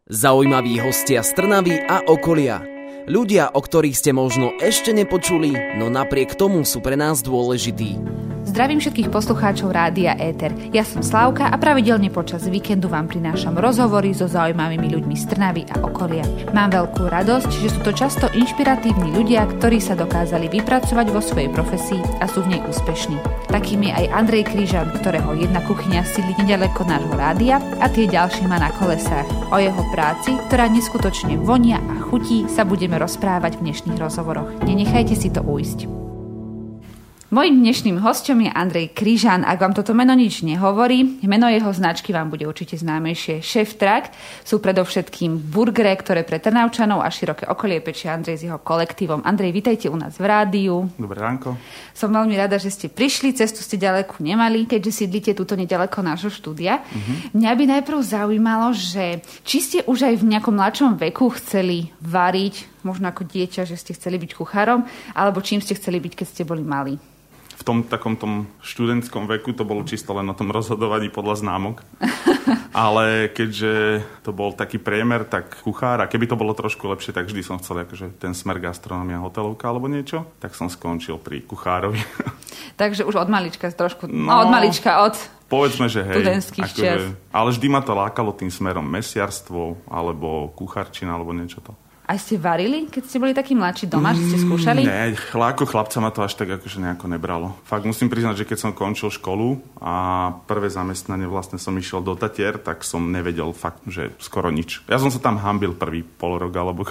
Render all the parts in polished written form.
Zaujímaví hostia z Trnavy a okolia. Ľudia, o ktorých ste možno ešte nepočuli, no napriek tomu sú pre nás dôležití. Zdravím všetkých poslucháčov Rádia Éter. Ja som Slávka a pravidelne počas víkendu vám prinášam rozhovory so zaujímavými ľuďmi z Trnavy a okolia. Mám veľkú radosť, že sú to často inšpiratívni ľudia, ktorí sa dokázali vypracovať vo svojej profesii a sú v nej úspešní. Takým je aj Andrej Križan, ktorého jedna kuchyňa sídli nedaleko nášho rádia a tie ďalšie má na kolesách. O jeho práci, ktorá neskutočne vonia a chutí, sa budeme rozprávať v dnešných rozhovoroch. Nenechajte si to ujsť. Mojím dnešným hosťom je Andrej Križan. Ak vám toto meno nič nehovorí, meno jeho značky vám bude určite známejšie. Chef Truck sú predovšetkým burgere, ktoré pre Trnavčanov a široké okolie pečie Andrej s jeho kolektívom. Andrej, vitajte u nás v rádiu. Dobré ránko. Som veľmi rada, že ste prišli, cestu ste ďaleko nemali, keďže sídlite tuto nedaleko nášho štúdia. Mňa by najprv zaujímalo, že či ste už aj v nejakom mladšom veku chceli variť, možno ako dieťa, že ste chceli byť kuchárom, alebo čím ste chceli byť, keď ste boli malí? V tom takom študentskom veku to bolo čisto len o tom rozhodovaní podľa známok. Ale keďže to bol taký priemer, tak kuchár. A keby to bolo trošku lepšie, tak vždy som chcel akože ten smer gastronomia, hotelovka alebo niečo. Tak som skončil pri kuchárovi. Takže už od malička trošku, povedzme, že hej. Študentských čias. Ale vždy ma to lákalo tým smerom mesiarstvo alebo kuchárčina alebo niečo to. A ste varili, keď ste boli takí mladší doma, že ste skúšali? Nie, ako chlapca ma to až tak akože nejako nebralo. Fakt musím priznať, že keď som končil školu a prvé zamestnanie vlastne som išiel do Tatier, tak som nevedel fakt, že skoro nič. Ja som sa tam hanbil prvý pol rok alebo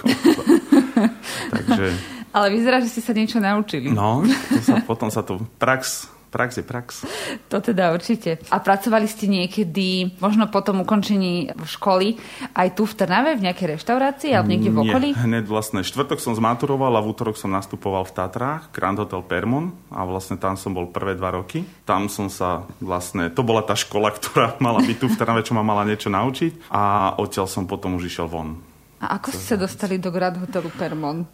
Takže... Ale vyzerá, že ste sa niečo naučili. No, potom sa to Prax je prax. To teda určite. A pracovali ste niekedy, možno po tom ukončení školy, aj tu v Trnave, v nejakej reštaurácii, alebo niekde v okolí? Nie, hneď vlastne štvrtok som zmaturoval a v útorok som nastupoval v Tatrách, Grand Hotel Permon, a vlastne tam som bol prvé 2 roky. Tam som sa vlastne, to bola tá škola, ktorá mala byť tu v Trnave, čo ma mala niečo naučiť, a odtiaľ som potom už išiel von. A ako ste sa dostali do Grand Hotelu Permon?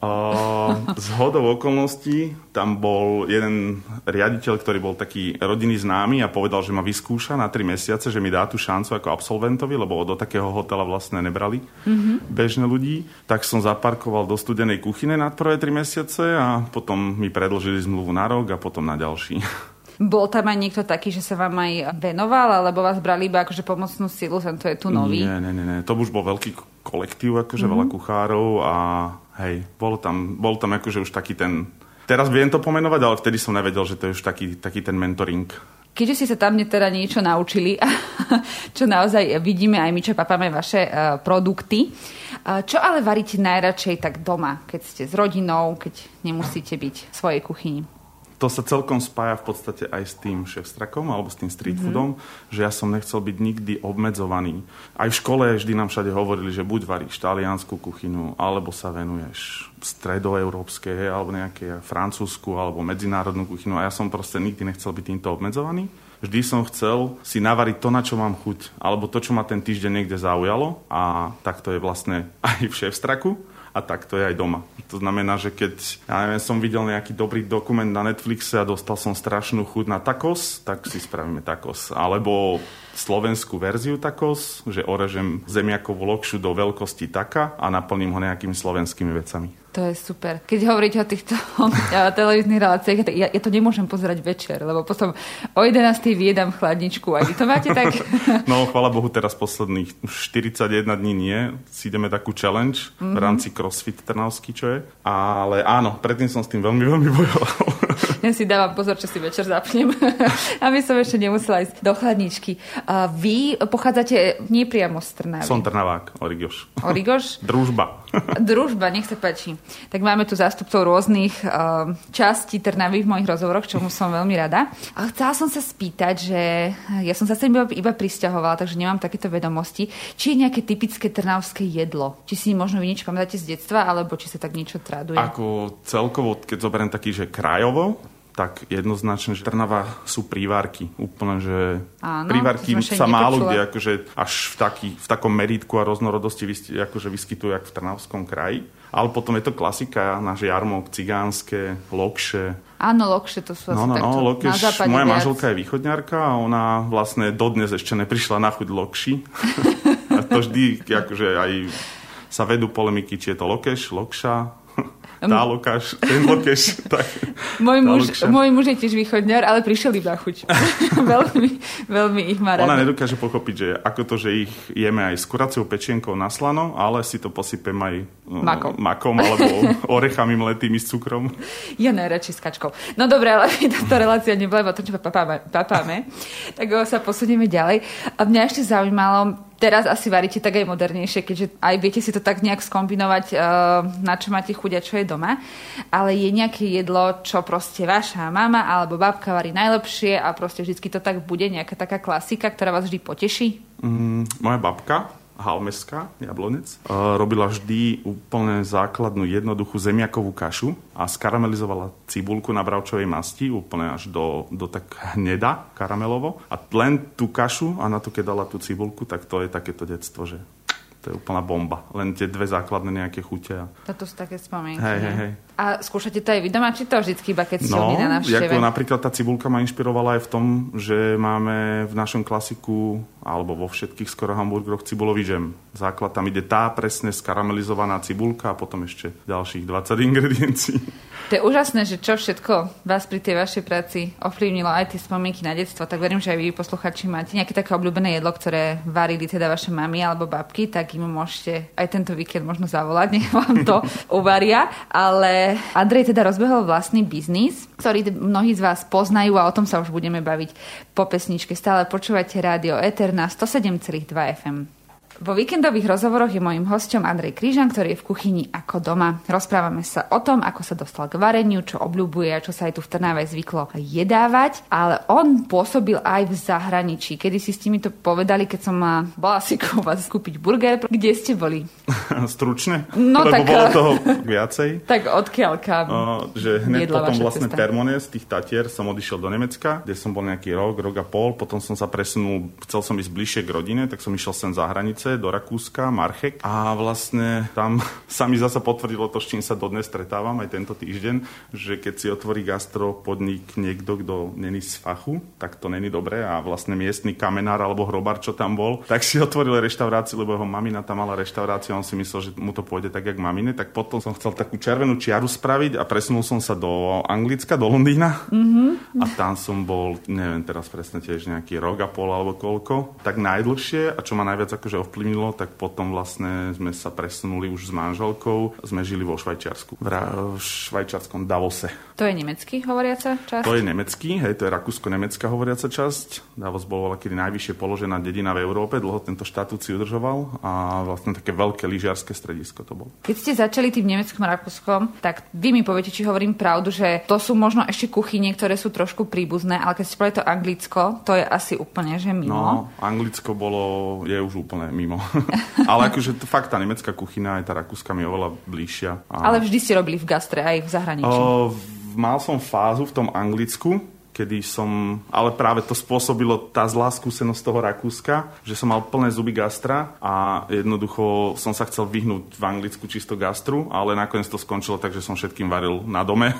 Zhodou okolností tam bol jeden riaditeľ, ktorý bol taký rodinný známy a povedal, že ma vyskúša na 3 mesiace, že mi dá tú šancu ako absolventovi, lebo do takého hotela vlastne nebrali bežné ľudí. Tak som zaparkoval do studenej kuchyne na prvé 3 mesiace a potom mi predĺžili zmluvu na rok a potom na ďalší. Bol tam aj niekto taký, že sa vám aj venoval, alebo vás brali iba akože pomocnú silu, to je tu nový? Nie. To už bol veľký kolektív, akože veľa kuchárov a hej, bol tam akože už taký ten... Teraz viem to pomenovať, ale vtedy som nevedel, že to je už taký ten mentoring. Keďže ste sa tam teda niečo naučili, čo naozaj vidíme aj my, čo papáme vaše produkty, čo ale varíte najradšej tak doma, keď ste s rodinou, keď nemusíte byť v svojej kuchyni? To sa celkom spája v podstate aj s tým chefstrakom alebo s tým street foodom, že ja som nechcel byť nikdy obmedzovaný. Aj v škole vždy nám všade hovorili, že buď varíš taliansku kuchyňu, alebo sa venuješ stredoeurópskej, alebo nejaké francúzsku, alebo medzinárodnú kuchyňu. A ja som proste nikdy nechcel byť týmto obmedzovaný. Vždy som chcel si navariť to, na čo mám chuť, alebo to, čo ma ten týždeň niekde zaujalo. A tak to je vlastne aj v chefstraku. A tak to je aj doma. To znamená, že keď som videl nejaký dobrý dokument na Netflixe a dostal som strašnú chuť na tacos, tak si spravíme tacos. Alebo slovenskú verziu tacos, že orežem zemiakovú lokšu do veľkosti taka a naplním ho nejakými slovenskými vecami. To je super. Keď hovoríte o týchto televíznych reláciách, ja to nemôžem pozerať večer, lebo potom o 11:00 vyjedám chladničku. Aj vy to máte tak? No, chvála Bohu, teraz posledných 41 dní nie. Si ideme takú challenge v rámci CrossFit Trnavský, čo je. Ale áno, predtým som s tým veľmi, veľmi bojoval. Ja si dávam pozor, čo si večer zapnem, aby som ešte nemusela ísť do chladničky. Vy pochádzate nie priamo z Trnavy. Som Trnavák, Origoš. Origoš? Družba, nech sa páči. Tak máme tu zástupcov rôznych častí Trnavy v mojich rozhovoroch, čomu som veľmi rada. A chcela som sa spýtať, že ja som sa sem iba prisťahovala, takže nemám takéto vedomosti. Či je nejaké typické trnavské jedlo? Či si možno vy niečo pamätáte z detstva, alebo či sa tak niečo traduje? Ako celkovo, keď zoberiem taký, že krajovo, tak jednoznačne, že Trnava sú prívárky. Úplne, že áno, prívárky sa málo kde akože až v takom meritku a rôznorodosti akože vyskytujú jak v Trnavskom kraji. Ale potom je to klasika, náš jarmok, cigánske, lokše. Áno, lokše, to sú asi takto na západe. Moja manželka je východňarka a ona vlastne dodnes ešte neprišla na chuť lokši. To vždy, akože aj sa vedú polemiky, či je to lokeš, lokša, tá lokáš, ten lokeš. Tak, môj muž je tiež východňar, ale prišiel iba chuť. veľmi ich má rád. Ona nedokáže pochopiť, že ako to, že ich jeme aj s kuraciou pečienkou na slano, ale si to posypem aj makom alebo orechami mletými s cukrom. Ja najradšej s kačkou. No dobre, ale táto relácia nebola iba to, čo papáme. Tak sa posunieme ďalej. A mňa ešte zaujímalo, teraz asi varíte tak aj modernejšie, keďže aj viete si to tak nejak skombinovať, na čo máte chuť a čo je doma. Ale je nejaké jedlo, čo proste vaša mama alebo babka varí najlepšie a proste vždycky to tak bude, nejaká taká klasika, ktorá vás vždy poteší? Moja babka, Halmeská, Jablonec, robila vždy úplne základnú, jednoduchú zemiakovú kašu a skaramelizovala cibulku na bravčovej masti, úplne až do tak hneda, karamelovo. A len tú kašu a na to, keď dala tú cibulku, tak to je takéto detstvo, že to je úplná bomba. Len tie dve základné nejaké chute. Toto sú také spomienky. Hej. A skúšate to aj vy doma, či to vždycky iba keď ste na návšteve? No, napríklad tá cibulka ma inšpirovala aj v tom, že máme v našom klasiku alebo vo všetkých skoro hamburgeroch cibulový džem. Základ tam ide tá presne skaramelizovaná cibulka a potom ešte ďalších 20 ingrediencií. To je úžasné, že čo všetko vás pri tej vašej práci ovplyvnilo aj tie spomienky na detstvo. Tak verím, že aj vy, posluchači, máte nejaké také obľúbené jedlo, ktoré varili teda vaše mami alebo babky, tak im môžete aj tento víkend možno zavolať, nech vám to uvaria. Ale Andrej teda rozbehol vlastný biznis, ktorý mnohí z vás poznajú a o tom sa už budeme baviť po pesničke. Stále počúvate Rádio Éter na 107,2 FM. Vo víkendových rozhovoroch je mojím hosťom Andrej Krížan, ktorý je v kuchyni ako doma. Rozprávame sa o tom, ako sa dostal k vareniu, čo obľúbuje a čo sa aj tu v Trnave zvyklo jedávať, ale on pôsobil aj v zahraničí. Kedy si s týmito povedali, keď som bola si u vás kúpiť burger, kde ste boli? Stručne? No, lebo tak, bolo toho viacej. Tak odkiaľ kam? Že hneď potom vlastne cesta? Termone z tých Tatier som odišiel do Nemecka, kde som bol nejaký rok a pol, potom som sa presunul, chcel som ísť bližšie k rodine, tak som išiel sem za hranice do Rakúska, Marchek. A vlastne tam sa mi zasa potvrdilo to, s čím sa dodnes stretávam aj tento týždeň, že keď si otvorí gastropodnik niekto, kto není z fachu, tak to není dobré a vlastne miestny kamenár alebo hrobár, čo tam bol, tak si otvoril reštauráciu, lebo jeho mamina tam mala reštauráciu, on si myslel, že mu to pôjde tak, jak mamine, tak potom som chcel takú červenú čiaru spraviť a presunul som sa do Anglicka, do Londýna. A tam som bol, neviem teraz presne tiež nejaký rok a pol alebo koľko, tak najdlhšie a čo ma najviac akože ovplyvnilo, tak potom vlastne sme sa presunuli už s manželkou, sme žili vo Švajčiarsku, v švajčiarskom Davose. To je nemecký hovoriaca časť? To je nemecký, hej, to je rakúsko-nemecká hovoriaca časť. Davos bol kedy najvyššie položená dedina v Európe, dlho tento štatút si udržoval a vlastne také veľké lyžiarske stredisko to bolo. Keď ste začali tým nemeckom Rakúskom, tak vy mi poviete, či hovorím pravdu, že to sú možno ešte kuchyne, ktoré sú trošku príbuzné, ale keď ste povedali to Anglicko, to je asi úplne, že mimo. No, Anglicko je už úplne mimo. Ale akože fakt tá nemecká kuchyňa aj tá rakúska mi je oveľa bližšia. Ale vždy ste robili v gastre aj v zahraničí. Mal som fázu v tom Anglicku, kedy som, ale práve to spôsobilo tá zlá skúsenosť toho Rakúska, že som mal plné zuby gastra a jednoducho som sa chcel vyhnúť v Anglicku čisto gastru, ale nakoniec to skončilo tak, že som všetkým varil na dome.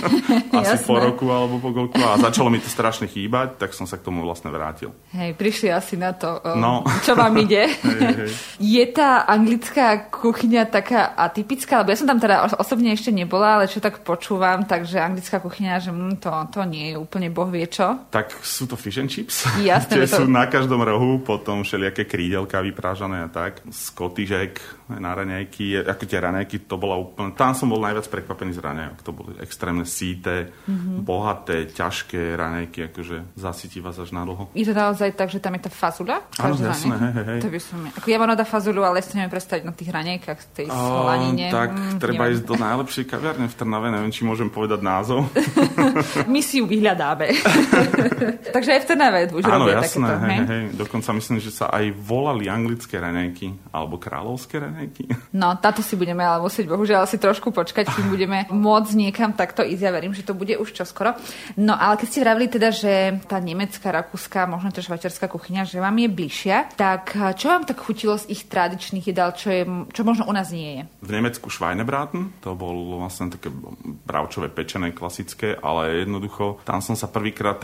Asi po roku alebo po koľku a začalo mi to strašne chýbať, tak som sa k tomu vlastne vrátil. Hej, prišli asi na to, čo vám ide. Hej. Je tá anglická kuchyňa taká atypická? Lebo ja som tam teda osobne ešte nebola, ale čo tak počúvam, takže anglická kuchyňa, že to nie je úplne boh vie čo. Tak sú to fish and chips. Jasné. Tie sú na každom rohu, potom všelijaké krídelka vyprážané a tak. Skotyžek na raňajky, ako tie raňajky, to bola úplne... Tam som bol najviac prekvapený z raňajok. To boli extrémne síte, bohaté, ťažké raňajky, akože zasytí vás až na dlho. Je to naozaj tak, že tam je tá fazuľa? Áno, jasné, hej. To by som... Ako ja mám rada fazuľu, ale si neviem predstaviť na tých raňajkách z tej slanine. Tak treba ísť do najlepšej kaviarne v Trnave, neviem, či môžem povedať názov. My si ju vyhľadáme. Takže aj v Trnave už robia takéto. Áno, jasné, hej. Dokonca myslím, že sa aj volali anglické raňajky, alebo kráľovské raňajky. No, táto si budeme ale musieť bohužiaľ asi trošku počkať, kým budeme môcť niekam takto ísť. Ja verím, že to bude už čoskoro. No, ale keď ste vravili teda, že tá nemecká, rakúska, možno tá švajčiarska kuchyňa, že vám je bližšia, tak čo vám tak chutilo z ich tradičných jedál, čo možno u nás nie je? V Nemecku Schweinebraten, to bol vlastne také bravčové pečené klasické, ale jednoducho tam som sa prvýkrát tak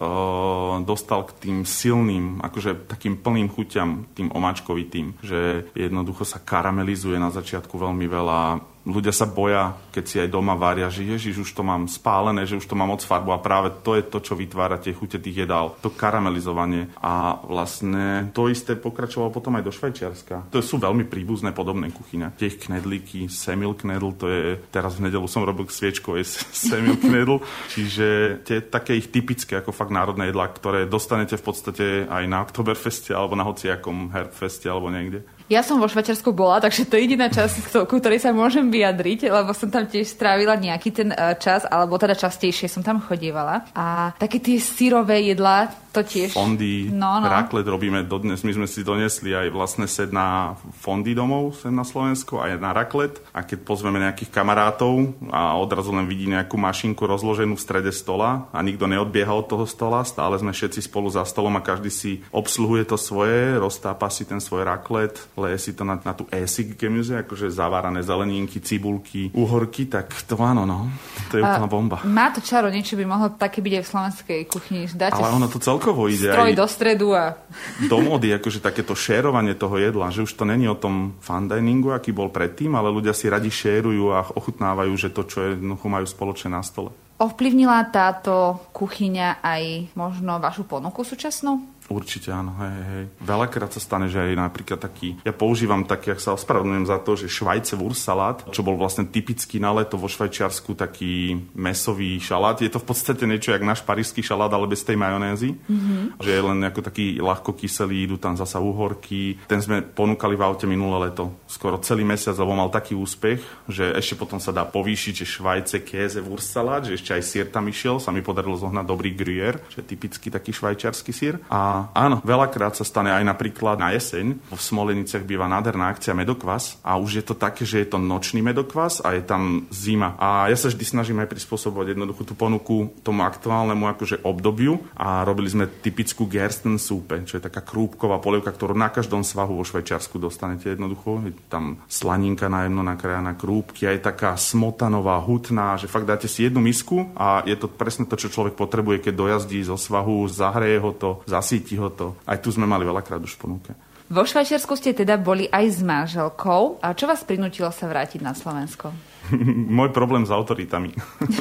dostal k tým silným, akože takým plným chuťam, tým omáčkovitým, že jednoducho sa karamelizuje na začiatku veľmi veľa. Ľudia sa boja, keď si aj doma varia, že ježiš, už to mám spálené, že už to mám moc farbu a práve to je to, čo vytvára tie chute tých jedál. To karamelizovanie. A vlastne to isté pokračovalo potom aj do Švajčiarska. To sú veľmi príbuzné podobné kuchyne. Tie knedlíky, semilknedl, to je, teraz v nedeľu som robil sviečkové semilknedl, čiže tie také ich typické, ako fakt národné jedlá, ktoré dostanete v podstate aj na Oktoberfeste alebo na hociakom Herbfeste alebo niekde. Ja som vo Švajčiarsku bola, takže to je jediná časť, ku ktorej sa môžem vyjadriť, lebo som tam tiež strávila nejaký ten čas, alebo teda častejšie som tam chodievala. A také tie syrové jedlá, to tiež... Fondy, raclette robíme dodnes. My sme si donesli aj vlastne set na fondy domov sem na Slovensko, aj na raclette. A keď pozveme nejakých kamarátov a odrazu len vidí nejakú mašinku rozloženú v strede stola a nikto neodbieha od toho stola, stále sme všetci spolu za stolom a každý si obsluhuje to svoje, roztápa si ten svoj raclette, leje si to na tú esig gemüse, akože zavárané zeleninky, cibulky, uhorky, tak to áno, no. To je úplná bomba. Má to čaro, niečo by mohlo také byť aj v slovenskej kuchyni. Dáte ale ono to celkovo ide stroj aj do stredu a... do módy, akože takéto šérovanie toho jedla, že už to není o tom fine diningu, aký bol predtým, ale ľudia si radi šérujú a ochutnávajú, že to, čo jednoducho majú spoločné na stole. Ovplyvnila táto kuchyňa aj možno vašu ponuku súčasnú? Určite áno, hej. Veľakrát sa stane, že aj napríklad taký, ja používam taký, jak sa ospravedlňujem za to, že Švajce Wurstsalat, čo bol vlastne typický na leto vo Švajčiarsku, taký mäsový šalát. Je to v podstate niečo jak náš parížský šalát, ale bez tej majonézy. Že je len ako taký ľahko kyselý, idú tam zasa uhorky. Ten sme ponúkali v aute minulé leto. Skoro celý mesiac, lebo mal taký úspech, že ešte potom sa dá povýšiť, že Švajce Käse Wurstsalat, že ešte aj syr tam išiel, sa mi podarilo zohnať dobrý gruyère, že je typický taký švajčiarsky syr. A áno, veľakrát sa stane aj napríklad na jeseň. V Smoleniciach býva nádherná akcia medokvas a už je to také, že je to nočný medokvas a je tam zima. A ja sa vždy snažím aj prispôsobovať jednoducho tú ponuku tomu aktuálnemu akože obdobiu a robili sme typickú Gerstensúpe, čo je taká krúpková polievka, ktorú na každom svahu vo Švajčiarsku dostanete jednoducho. Je tam slaninka najemno nakrájaná, krúpky, aj taká smotanová, hutná, že fakt dáte si jednu misku a je to presne to, čo človek potrebuje, keď dojazdí zo svahu, zahreje ho to, zasíti ho to. Aj tu sme mali veľakrát už v ponuke. Vo Švajčiarsku ste teda boli aj s manželkou. A čo vás prinútilo sa vrátiť na Slovensko? Môj problém s autoritami.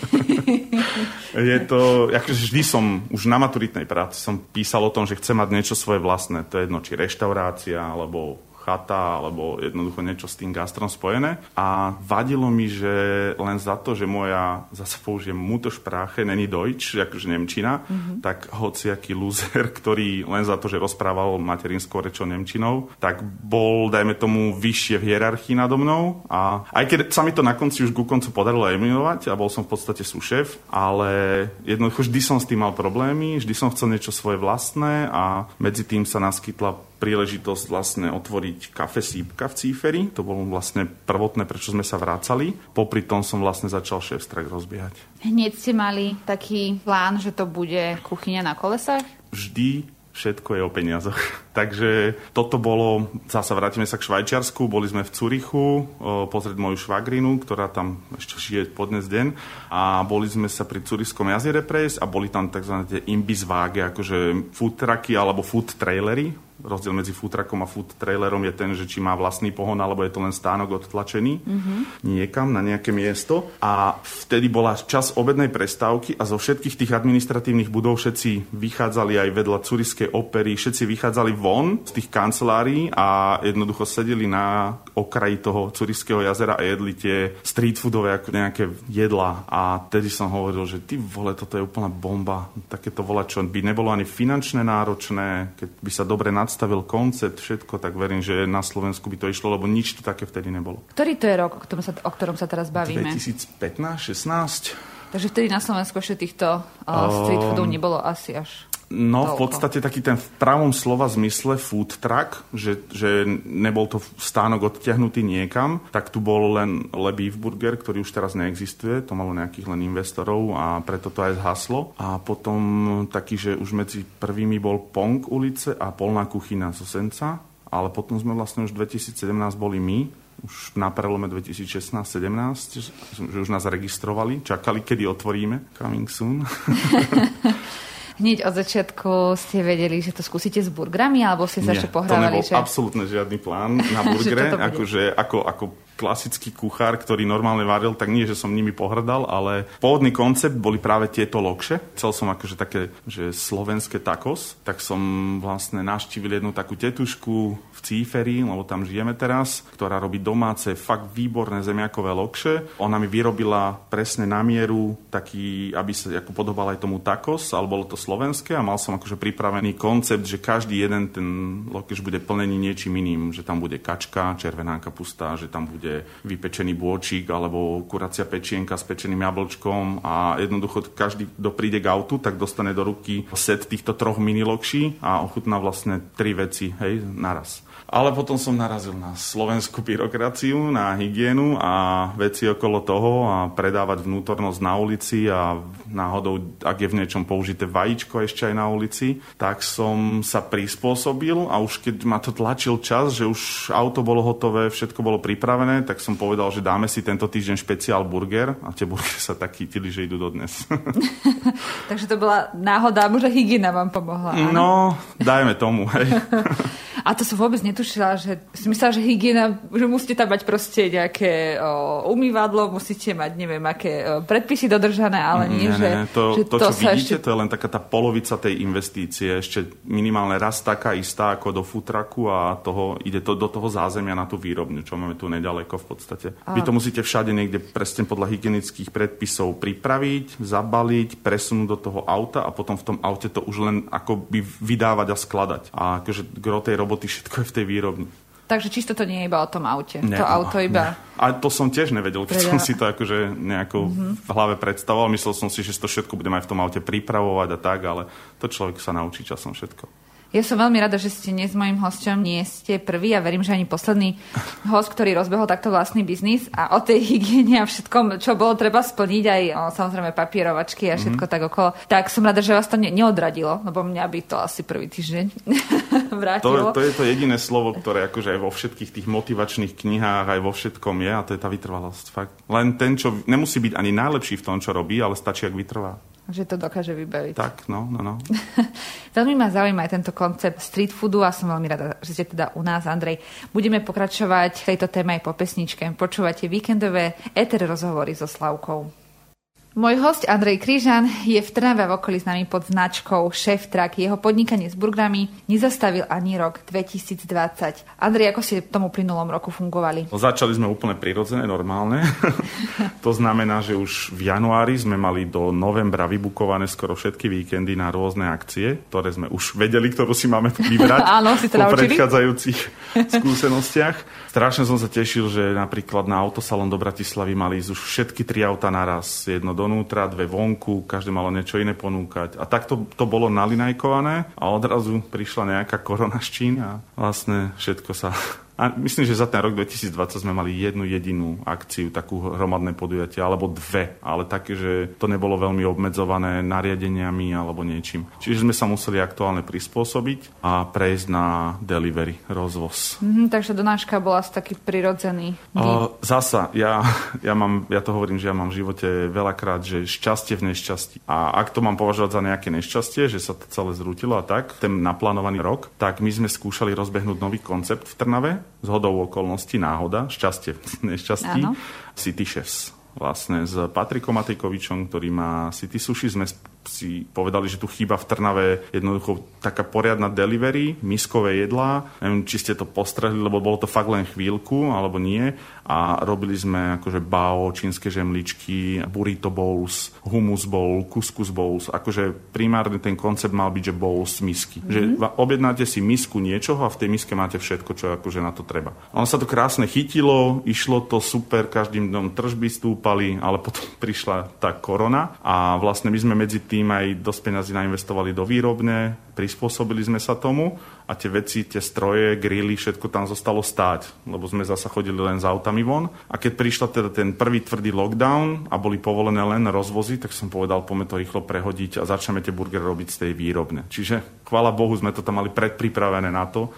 Je to, akože vždy som, už na maturitnej práci som písal o tom, že chcem mať niečo svoje vlastné. To je jedno, či reštaurácia, alebo chata, alebo jednoducho niečo s tým gastrom spojené. A vadilo mi, že len za to, že moja, zase použijem Muttersprache, není Deutsch, akože nemčina, tak hociaký loser, ktorý len za to, že rozprával materinskou rečou nemčinou, tak bol, dajme tomu, vyššie v hierarchii nado mnou. A aj keď sa mi to na konci už ku koncu podarilo eliminovať a bol som v podstate súšef, ale jednoducho vždy som s tým mal problémy, vždy som chcel niečo svoje vlastné a medzi tým sa naskytla príležitosť vlastne otvoriť kafe Sípka v Cíferi. To bolo vlastne prvotné, prečo sme sa vracali. Popri tom som vlastne začal Chefstrach rozbiehať. Hneď ste mali taký plán, že to bude kuchyňa na kolesách? Vždy všetko je o peniazoch. Takže toto bolo, zasa vrátime sa k Švajčiarsku, boli sme v Curichu pozrieť moju švagrinu, ktorá tam ešte žije po dnes deň a boli sme sa pri Curišskom jaziere prejsť a boli tam tzv. Imbisswagen, akože food trucky alebo food trailery. Rozdiel medzi food truckom a food trailerom je ten, že či má vlastný pohon, alebo je to len stánok odtlačený niekam na nejaké miesto. A vtedy bola čas obednej prestávky a zo všetkých tých administratívnych budov všetci vychádzali aj vedľa Curišskej opery, všetci vychádzali von z tých kancelárií a jednoducho sedeli na okraji toho Curišského jazera a jedli tie street foodové ako nejaké jedlá. A tedy som hovoril, že ty vole, toto je úplná bomba. Takéto čo by nebolo ani finančne náročné, keď by sa dobre nadstavil koncept, všetko, tak verím, že na Slovensku by to išlo, lebo nič tu také vtedy nebolo. Ktorý to je rok, o ktorom sa teraz bavíme? 2015-16. Takže vtedy na Slovensku ešte týchto street foodov nebolo asi až... No, v podstate taký ten v pravom slova zmysle food truck, že nebol to stánok odtiahnutý niekam, tak tu bol len Le Beef Burger, ktorý už teraz neexistuje, to malo nejakých len investorov a preto to aj zhaslo. A potom taký, že už medzi prvými bol Pong ulice a Polná kuchyňa zo Senca, ale potom sme vlastne už 2017 boli my, už na prelome 2016-17, že už nás registrovali, čakali, kedy otvoríme. Coming soon. Hneď od začiatku ste vedeli, že to skúsite s burgerami, alebo ste sa ešte pohrávali? To nebol absolútne žiadny plán na burgere. Akože ako klasický kuchár, ktorý normálne varil, tak nie, že som nimi pohrdal, ale pôvodný koncept boli práve tieto lokše. Chcel som akože také, že slovenské tacos, tak som vlastne navštívil jednu takú tetušku v Cíferi, lebo tam žijeme teraz, ktorá robí domáce, fakt výborné zemiakové lokše. Ona mi vyrobila presne na mieru taký, aby sa ako podobal aj tomu tacos, ale bolo to slovenské a mal som akože pripravený koncept, že každý jeden ten lokeš bude plnený niečím iným, že tam bude kačka, červená kapusta, že tam bude vypečený bôčik alebo kuracia pečienka s pečeným jablčkom a jednoducho každý, kto príde k autu, tak dostane do ruky set týchto 3 mini lokší a ochutná vlastne 3 veci, hej, naraz. Ale potom som narazil na slovenskú byrokraciu, na hygienu a veci okolo toho a predávať vnútornosť na ulici a náhodou, ak je v niečom použité vajíčko ešte aj na ulici, tak som sa prispôsobil a už keď ma to tlačil čas, že už auto bolo hotové, všetko bolo pripravené, tak som povedal, že dáme si tento týždeň špeciál burger a tie burgery sa tak chytili, že idú dodnes. Takže to bola náhoda, možno hygiena vám pomohla. Áno? No, dajme tomu, hej. A to som vôbec netušila, že si myslela, že hygiena, že musíte tam mať proste nejaké umývadlo, musíte mať neviem aké predpisy dodržané, ale nie, že to, čo vidíte, to je len taká tá polovica tej investície, ešte minimálne raz taká istá ako do futraku a ide to do toho zázemia na tú výrobňu, čo máme tu nedaleko v podstate. Vy to musíte všade niekde presne podľa hygienických predpisov pripraviť, zabaliť, presunúť do toho auta a potom v tom aute to už len akoby vydávať a skladať. A akože gro tej roboty všetko je v tej výrobni. Takže čisto to nie je iba o tom aute. Nie, to auto iba... A to som tiež nevedel, keď som si to akože nejako v hlave predstavoval. Myslel som si, že to všetko budem aj v tom aute pripravovať a tak, ale to človek sa naučí časom všetko. Ja som veľmi rada, že ste dnes mojím hosťom, nie ste prvý a verím, že ani posledný host, ktorý rozbehol takto vlastný biznis a o tej hygiene a všetkom, čo bolo treba splniť, aj samozrejme papierovačky a všetko tak okolo. Tak som rada, že vás to neodradilo, lebo mňa by to asi prvý týždeň vrátilo. To je to jediné slovo, ktoré akože aj vo všetkých tých motivačných knihách, aj vo všetkom je a to je tá vytrvalosť. Fakt. Len ten, čo nemusí byť ani najlepší v tom, čo robí, ale stačí, ak vytrvá. Že to dokáže vybaviť. Tak, no. Veľmi ma zaujíma aj tento koncept street foodu a som veľmi rada, že ste teda u nás, Andrej. Budeme pokračovať v tejto téme aj po pesničke. Počúvate víkendové éter rozhovory so Slavkou. Môj hosť Andrej Križan je v Trnave v okolí známy pod značkou Chef Truck. Jeho podnikanie s burgerami nezastavil ani rok 2020. Andrej, ako ste v tomu plynulom roku fungovali? Začali sme úplne prirodzené, normálne. To znamená, že už v januári sme mali do novembra vybukované skoro všetky víkendy na rôzne akcie, ktoré sme už vedeli, ktorú si máme vybrať. Áno, si to naučili? Po predchádzajúcich skúsenostiach. Strašne som sa tešil, že napríklad na Autosalon do Bratislavy mali ísť už všetky 3 autá naraz. Jedno donútra, 2 vonku, každé malo niečo iné ponúkať. A takto to bolo nalinajkované a odrazu prišla nejaká korona z Číny a vlastne všetko sa... A myslím, že za ten rok 2020 sme mali jednu jedinú akciu, takú hromadné podujatie, alebo 2, ale také, že to nebolo veľmi obmedzované nariadeniami alebo niečím. Čiže sme sa museli aktuálne prispôsobiť a prejsť na delivery, rozvoz. Takže donáška bola taký prirodzený. Zasa, ja to hovorím, že ja mám v živote veľakrát, že šťastie v nešťastí. A ak to mám považovať za nejaké nešťastie, že sa to celé zrútilo a tak, ten naplánovaný rok, tak my sme skúšali rozbehnúť nový koncept v Trnave, zhodou okolností, náhoda, šťastie v nešťastí, City Chefs. Vlastne s Patrikom Matejkovičom, ktorý má City Sushi, sme si povedali, že tu chýba v Trnave jednoducho taká poriadna delivery, miskové jedlá. Neviem, či ste to postrehli, lebo bolo to fakt len chvíľku, alebo nie. A robili sme akože bao, čínske žemličky, burrito bowls, hummus bowl, couscous bowls. Akože primárne ten koncept mal byť, že bowls, misky. Že objednáte si misku niečoho a v tej miske máte všetko, čo akože na to treba. Ono sa to krásne chytilo, išlo to super, každým dňom tržby stúpali, ale potom prišla tá korona a vlastne my sme medzi tým aj dosť peňazí nainvestovali do výrobne, prispôsobili sme sa tomu a tie veci, tie stroje, grily, všetko tam zostalo stáť, lebo sme zasa chodili len s autami von. A keď prišla teda ten prvý tvrdý lockdown a boli povolené len rozvozy, tak som povedal, poďme to rýchlo prehodiť a začneme tie burgery robiť z tej výrobne. Čiže chvála Bohu, sme to tam mali predpripravené na to.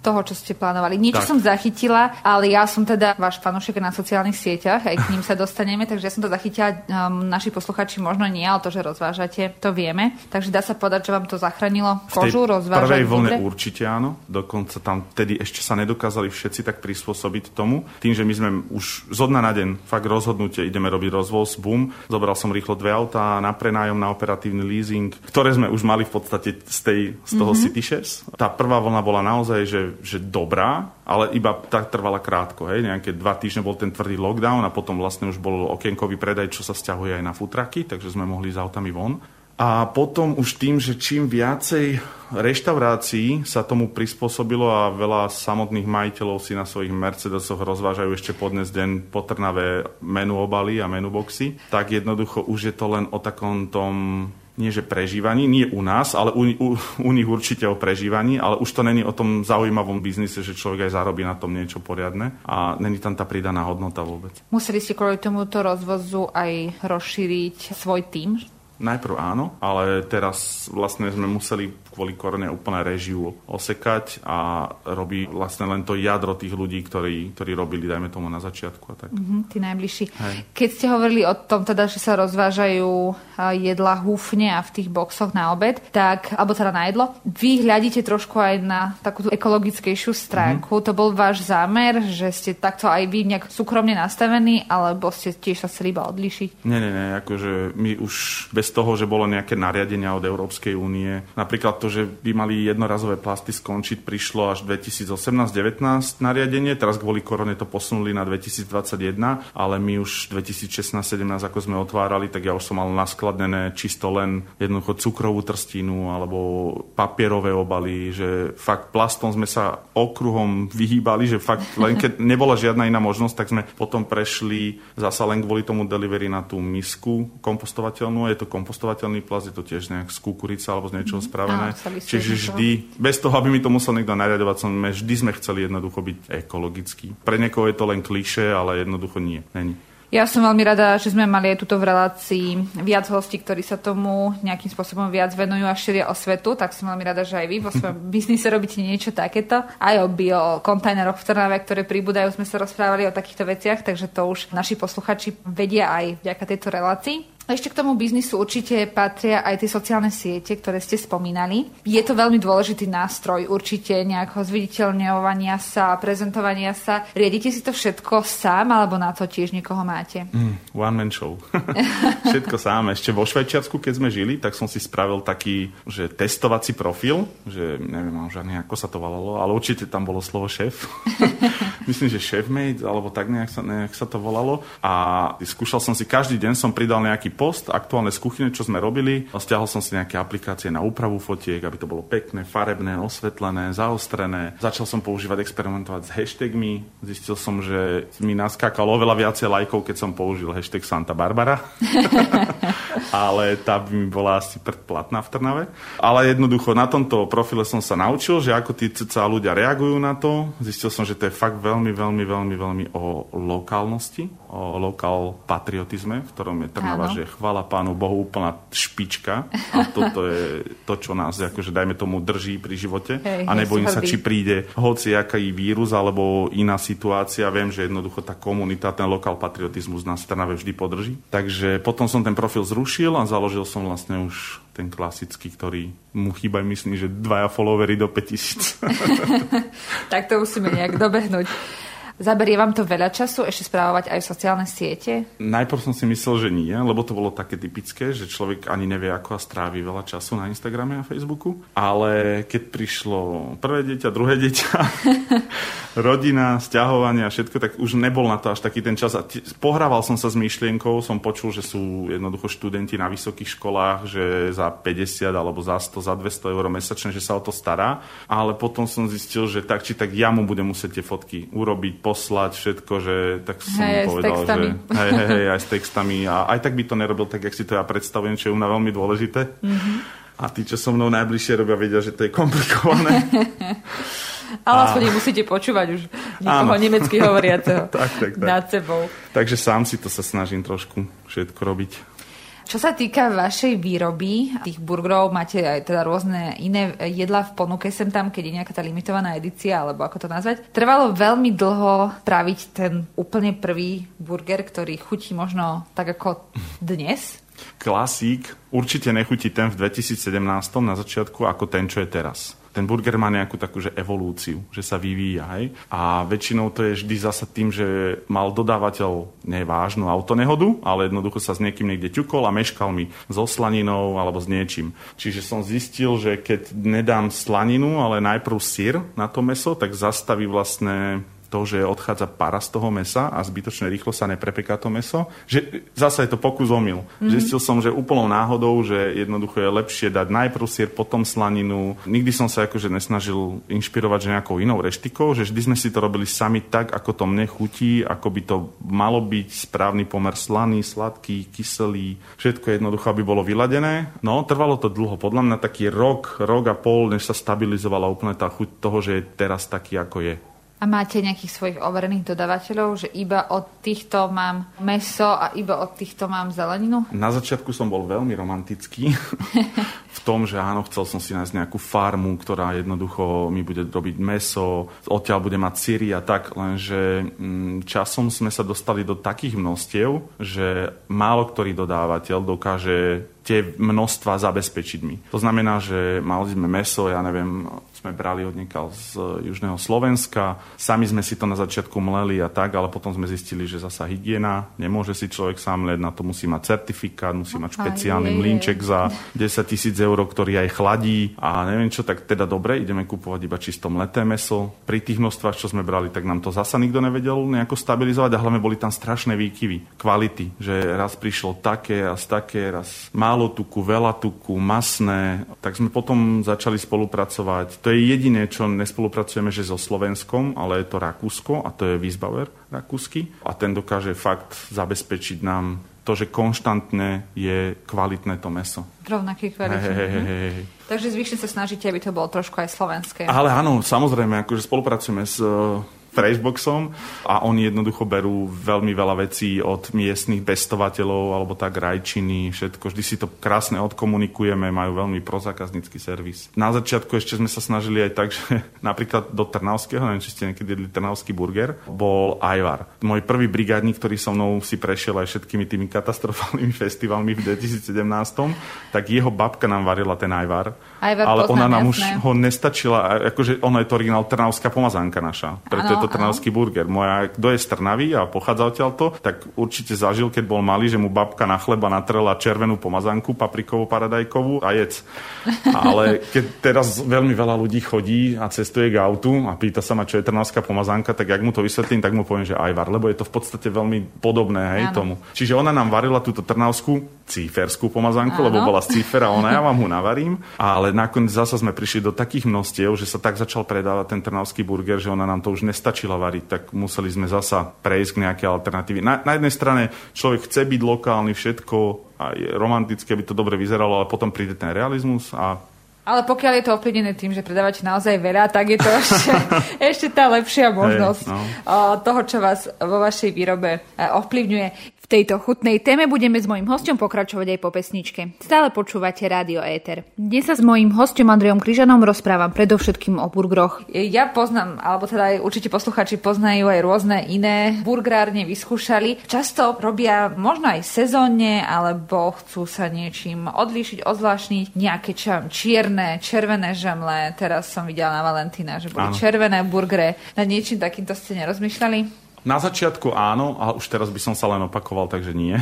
toho, čo ste plánovali. Niečo som zachytila, ale ja som teda váš fanúšik na sociálnych sieťach, aj k ním sa dostaneme, takže ja som to zachytila, naši posluchači možno nie, ale to, že rozvážate, to vieme. Takže dá sa povedať, že vám to zachránilo kožu, rozvážať. V prvej vlne určite áno, dokonca tam vtedy ešte sa nedokázali všetci tak prispôsobiť tomu. Tým, že my sme už zo dňa na deň fakt rozhodnutie, ideme robiť rozvoz, boom. Zobral som rýchlo 2 autá na prenájom, na operatívny leasing, ktoré sme už mali v podstate z toho City Shares. Tá prvá vlna bola naozaj, že dobrá, ale iba tak trvala krátko. Hej. Nejaké 2 týždne bol ten tvrdý lockdown a potom vlastne už bol okienkový predaj, čo sa sťahuje aj na futraky, takže sme mohli s autami von. A potom už tým, že čím viacej reštaurácií sa tomu prispôsobilo a veľa samotných majiteľov si na svojich Mercedesoch rozvážajú ešte po dnes deň potrnavé menu obaly a menu boxy, tak jednoducho už je to len o takom tom, nie že prežívaní, nie u nás, ale u nich určite o prežívaní, ale už to není o tom zaujímavom biznise, že človek aj zarobí na tom niečo poriadne a není tam tá pridaná hodnota vôbec. Museli ste kvôli tomuto rozvozu aj rozšíriť svoj tím? Najprv áno, ale teraz vlastne sme museli kvôli korone úplne réžiu osekať a robí vlastne len to jadro tých ľudí, ktorí robili, dajme tomu na začiatku a tak. Tí najbližší. Hej. Keď ste hovorili o tom teda, že sa rozvážajú jedlá húfne a v tých boxoch na obed, tak, alebo teda na jedlo, vy hľadíte trošku aj na takú ekologickejšiu stránku. To bol váš zámer, že ste takto aj vy nejak súkromne nastavení, alebo ste tiež sa chceli iba odlišiť? Nie, akože my už bez toho, že bolo nejaké nariadenia od Európskej únie. Napríklad to, že by mali jednorazové plasty skončiť, prišlo až 2018-19 nariadenie. Teraz kvôli korone to posunuli na 2021, ale my už 2016-17, ako sme otvárali, tak ja už som mal naskladnené čisto len jednoducho cukrovú trstínu alebo papierové obaly, že fakt plastom sme sa okruhom vyhýbali, že fakt len keď nebola žiadna iná možnosť, tak sme potom prešli zasa len kvôli tomu delivery na tú misku kompostovateľnú. Je to kompostovateľný plast, je to tiež nejak z kukurice alebo z niečoho spravené. Čiže vždy, bez toho, aby mi to musel niekto nariadovať, vždy sme chceli jednoducho byť ekologický. Pre niekoho je to len klišé, ale jednoducho nie. Není. Ja som veľmi rada, že sme mali aj tuto v relácii viac hostí, ktorí sa tomu nejakým spôsobom viac venujú a šíria osvetu, tak som veľmi rada, že aj vy vo svojom biznise robíte niečo takéto. Aj o biokontajneroch v Trnave, ktoré pribúdajú, sme sa rozprávali o takýchto veciach, takže to už naši posluchači vedia aj vďaka tejto relácii. Ešte k tomu biznisu určite patria aj tie sociálne siete, ktoré ste spomínali. Je to veľmi dôležitý nástroj určite nejakého zviditeľňovania sa, prezentovania sa. Riedite si to všetko sám, alebo na to tiež niekoho máte? One man show. Všetko sám. Ešte vo Švajčiarsku, keď sme žili, tak som si spravil taký, že testovací profil, že neviem žiadne, ako sa to volalo, ale určite tam bolo slovo šéf. Myslím, že chefmate, alebo tak nejak sa to volalo. A skúšal som si, každý deň som pridal nejaký post aktuálne z kuchyne, čo sme robili. Stiahol som si nejaké aplikácie na úpravu fotiek, aby to bolo pekné, farebné, osvetlené, zaostrené. Začal som experimentovať s hashtagmi. Zistil som, že mi naskákalo oveľa viacej lajkov, keď som použil hashtag Santa Barbara. Ale tá by mi bola asi predplatná v Trnave. Ale jednoducho na tomto profile som sa naučil, že ako tí cca ľudia reagujú na to. Zistil som, že to je fakt veľmi, veľmi, veľmi, veľmi o lokálnosti, o lokál patriotizme, v ktorom je Trnava, že chvála Pánu Bohu úplná špička. A toto je to, čo nás, akože dajme tomu, drží pri živote. A nebojím sa, či príde hociaký vírus alebo iná situácia. Viem, že jednoducho tá komunita, ten lokál patriotizmus nás v Trnave vždy podrží. Takže potom som ten profil zrušil a založil som vlastne už ten klasický, ktorý mu chýbajú, myslím, že 2 followery do 5000. Tak to musíme nejak dobehnúť. Zaberie vám to veľa času ešte správovať aj sociálne siete? Najprv som si myslel, že nie, lebo to bolo také typické, že človek ani nevie, ako strávi veľa času na Instagrame a Facebooku. Ale keď prišlo prvé dieťa, druhé dieťa, rodina, sťahovanie a všetko, tak už nebol na to až taký ten čas. A pohrával som sa s myšlienkou, som počul, že sú jednoducho študenti na vysokých školách, že za 50 alebo za 100, za 200 eur mesačne, že sa o to stará. Ale potom som zistil, že tak či tak ja mu budem musieť tie fotky urobiť, poslať všetko, že tak som povedal, že aj s textami a aj tak by to nerobil tak, jak si to ja predstavujem, čo je u mňa veľmi dôležité. A tí, čo so mnou najbližšie robia, vedia, že to je komplikované. Ale aspoň musíte počúvať už nikoho nemecky hovoriaceho tak. nad sebou. Takže sám si to sa snažím trošku všetko robiť. Čo sa týka vašej výroby tých burgerov, máte aj teda rôzne iné jedlá v ponuke sem tam, keď je nejaká tá limitovaná edícia, alebo ako to nazvať. Trvalo veľmi dlho spraviť ten úplne prvý burger, ktorý chutí možno tak ako dnes? Klasík určite nechutí ten v 2017 na začiatku ako ten, čo je teraz. Ten burger má nejakú takú že evolúciu, že sa vyvíja, hej? A väčšinou to je vždy zasa tým, že mal dodávateľ nevážnu autonehodu, ale jednoducho sa s niekým niekde ťukol a meškal mi so slaninou alebo s niečím. Čiže som zistil, že keď nedám slaninu, ale najprv syr na to mäso, tak zastaví vlastne to, že odchádza para z toho mäsa a zbytočne rýchlo sa neprepeká to mäso. Že zasa je to pokus omyl. Zistil som, že úplnou náhodou, že jednoducho je lepšie dať najprv syr, potom slaninu. Nikdy som sa akože nesnažil inšpirovať že nejakou inou reštikou, že vždy sme si to robili sami tak, ako to mne chutí, ako by to malo byť správny pomer slaný, sladký, kyselý. Všetko jednoducho, aby bolo vyladené. No, trvalo to dlho. Podľa mňa taký rok a pol, než sa stabilizovala úplne tá chuť toho, že je teraz taký, ako je. A máte nejakých svojich overených dodávateľov, že iba od týchto mám mäso a iba od týchto mám zeleninu? Na začiatku som bol veľmi romantický v tom, že áno, chcel som si nájsť nejakú farmu, ktorá jednoducho mi bude robiť mäso, odtiaľ bude mať syry a tak, lenže časom sme sa dostali do takých množstiev, že málo ktorý dodávateľ dokáže tie množstva zabezpečiť mi. To znamená, že mali sme mäso, ja neviem, sme brali odniekal z južného Slovenska, sami sme si to na začiatku mleli a tak, ale potom sme zistili, že zasa hygiena, nemôže si človek sám mlieť, na to musí mať certifikát, musí mať špeciálny mlynček za 10 000 eur, ktorý aj chladí a neviem čo, tak teda dobre, ideme kupovať iba čisto mleté mäso. Pri tých množstvách, čo sme brali, tak nám to zasa nikto nevedel nejako stabilizovať a hlavne boli tam strašné výkyvy kvality, že raz prišlo také, raz málo tuku, veľa tuku, masné, tak sme potom začali spolupracovať. To je jediné, čo nespolupracujeme, že so Slovenskom, ale je to Rakúsko a to je Wiesbauer rakúsky a ten dokáže fakt zabezpečiť nám to, že konštantne je kvalitné to mäso. Rovnaký kvalitný. Takže zvyšne sa snažíte, aby to bolo trošku aj slovenské. Ale áno, samozrejme, akože spolupracujeme s Freshboxom a oni jednoducho berú veľmi veľa vecí od miestnych pestovateľov alebo tak rajčiny, všetko. Vždy si to krásne odkomunikujeme, majú veľmi prozákaznícky servis. Na začiatku ešte sme sa snažili aj tak, že napríklad do Trnavského, neviem, či ste niekedy jedli trnavský burger, bol ajvar. Môj prvý brigádnik, ktorý so mnou si prešiel aj všetkými tými katastrofálnymi festivalmi v 2017, tak jeho babka nám varila ten ajvar. Ale ona nám už ho nestačila, akože ono je to originál trnavská pomazánka naša. Preto je to trnavský burger. Moja, kto je z Trnavy a pochádza odtiaľto, tak určite zažil, keď bol malý, že mu babka na chleba natrela červenú pomazánku, paprikovú, paradajkovú a jedz. Ale keď teraz veľmi veľa ľudí chodí a cestuje k autu a pýta sa ma, čo je trnavská pomazánka, tak jak mu to vysvetlím, tak mu poviem, že ajvar, lebo je to v podstate veľmi podobné, hej, tomu. Čiže ona nám varila túto trnavskú cíferskú pomazánku, lebo bola z cífera, ona ja vám ho navarím, ale nakoniec zasa sme prišli do takých množstiev, že sa tak začal predávať ten trnavský burger, že ona nám to už nestačila variť, tak museli sme zasa prejsť k nejaké alternatívy. Na jednej strane človek chce byť lokálny, všetko a je romantické, aby to dobre vyzeralo, ale potom príde ten realizmus a ale pokiaľ je to ovplyvnené tým, že predávate naozaj veľa, tak je to ešte tá lepšia možnosť toho, čo vás vo vašej výrobe ovplyvňuje. V tejto chutnej téme budeme s mojím hosťom pokračovať aj po pesničke. Stále počúvate Rádio Éter. Dnes sa s mojím hosťom Andrejom Kryžanom rozprávam predovšetkým o burgeroch. Ja poznám, alebo teda aj určite poslucháči poznajú aj rôzne iné burgerárne, vyskúšali. Často robia možno aj sezónne, alebo chcú sa niečím odlíšiť, odzvláštniť. Nejaké čierne, červené žemle. Teraz som videla na Valentína, že boli červené burgery. Nad niečím takýmto ste nerozmýšľali? Na začiatku áno, ale už teraz by som sa len opakoval, takže nie.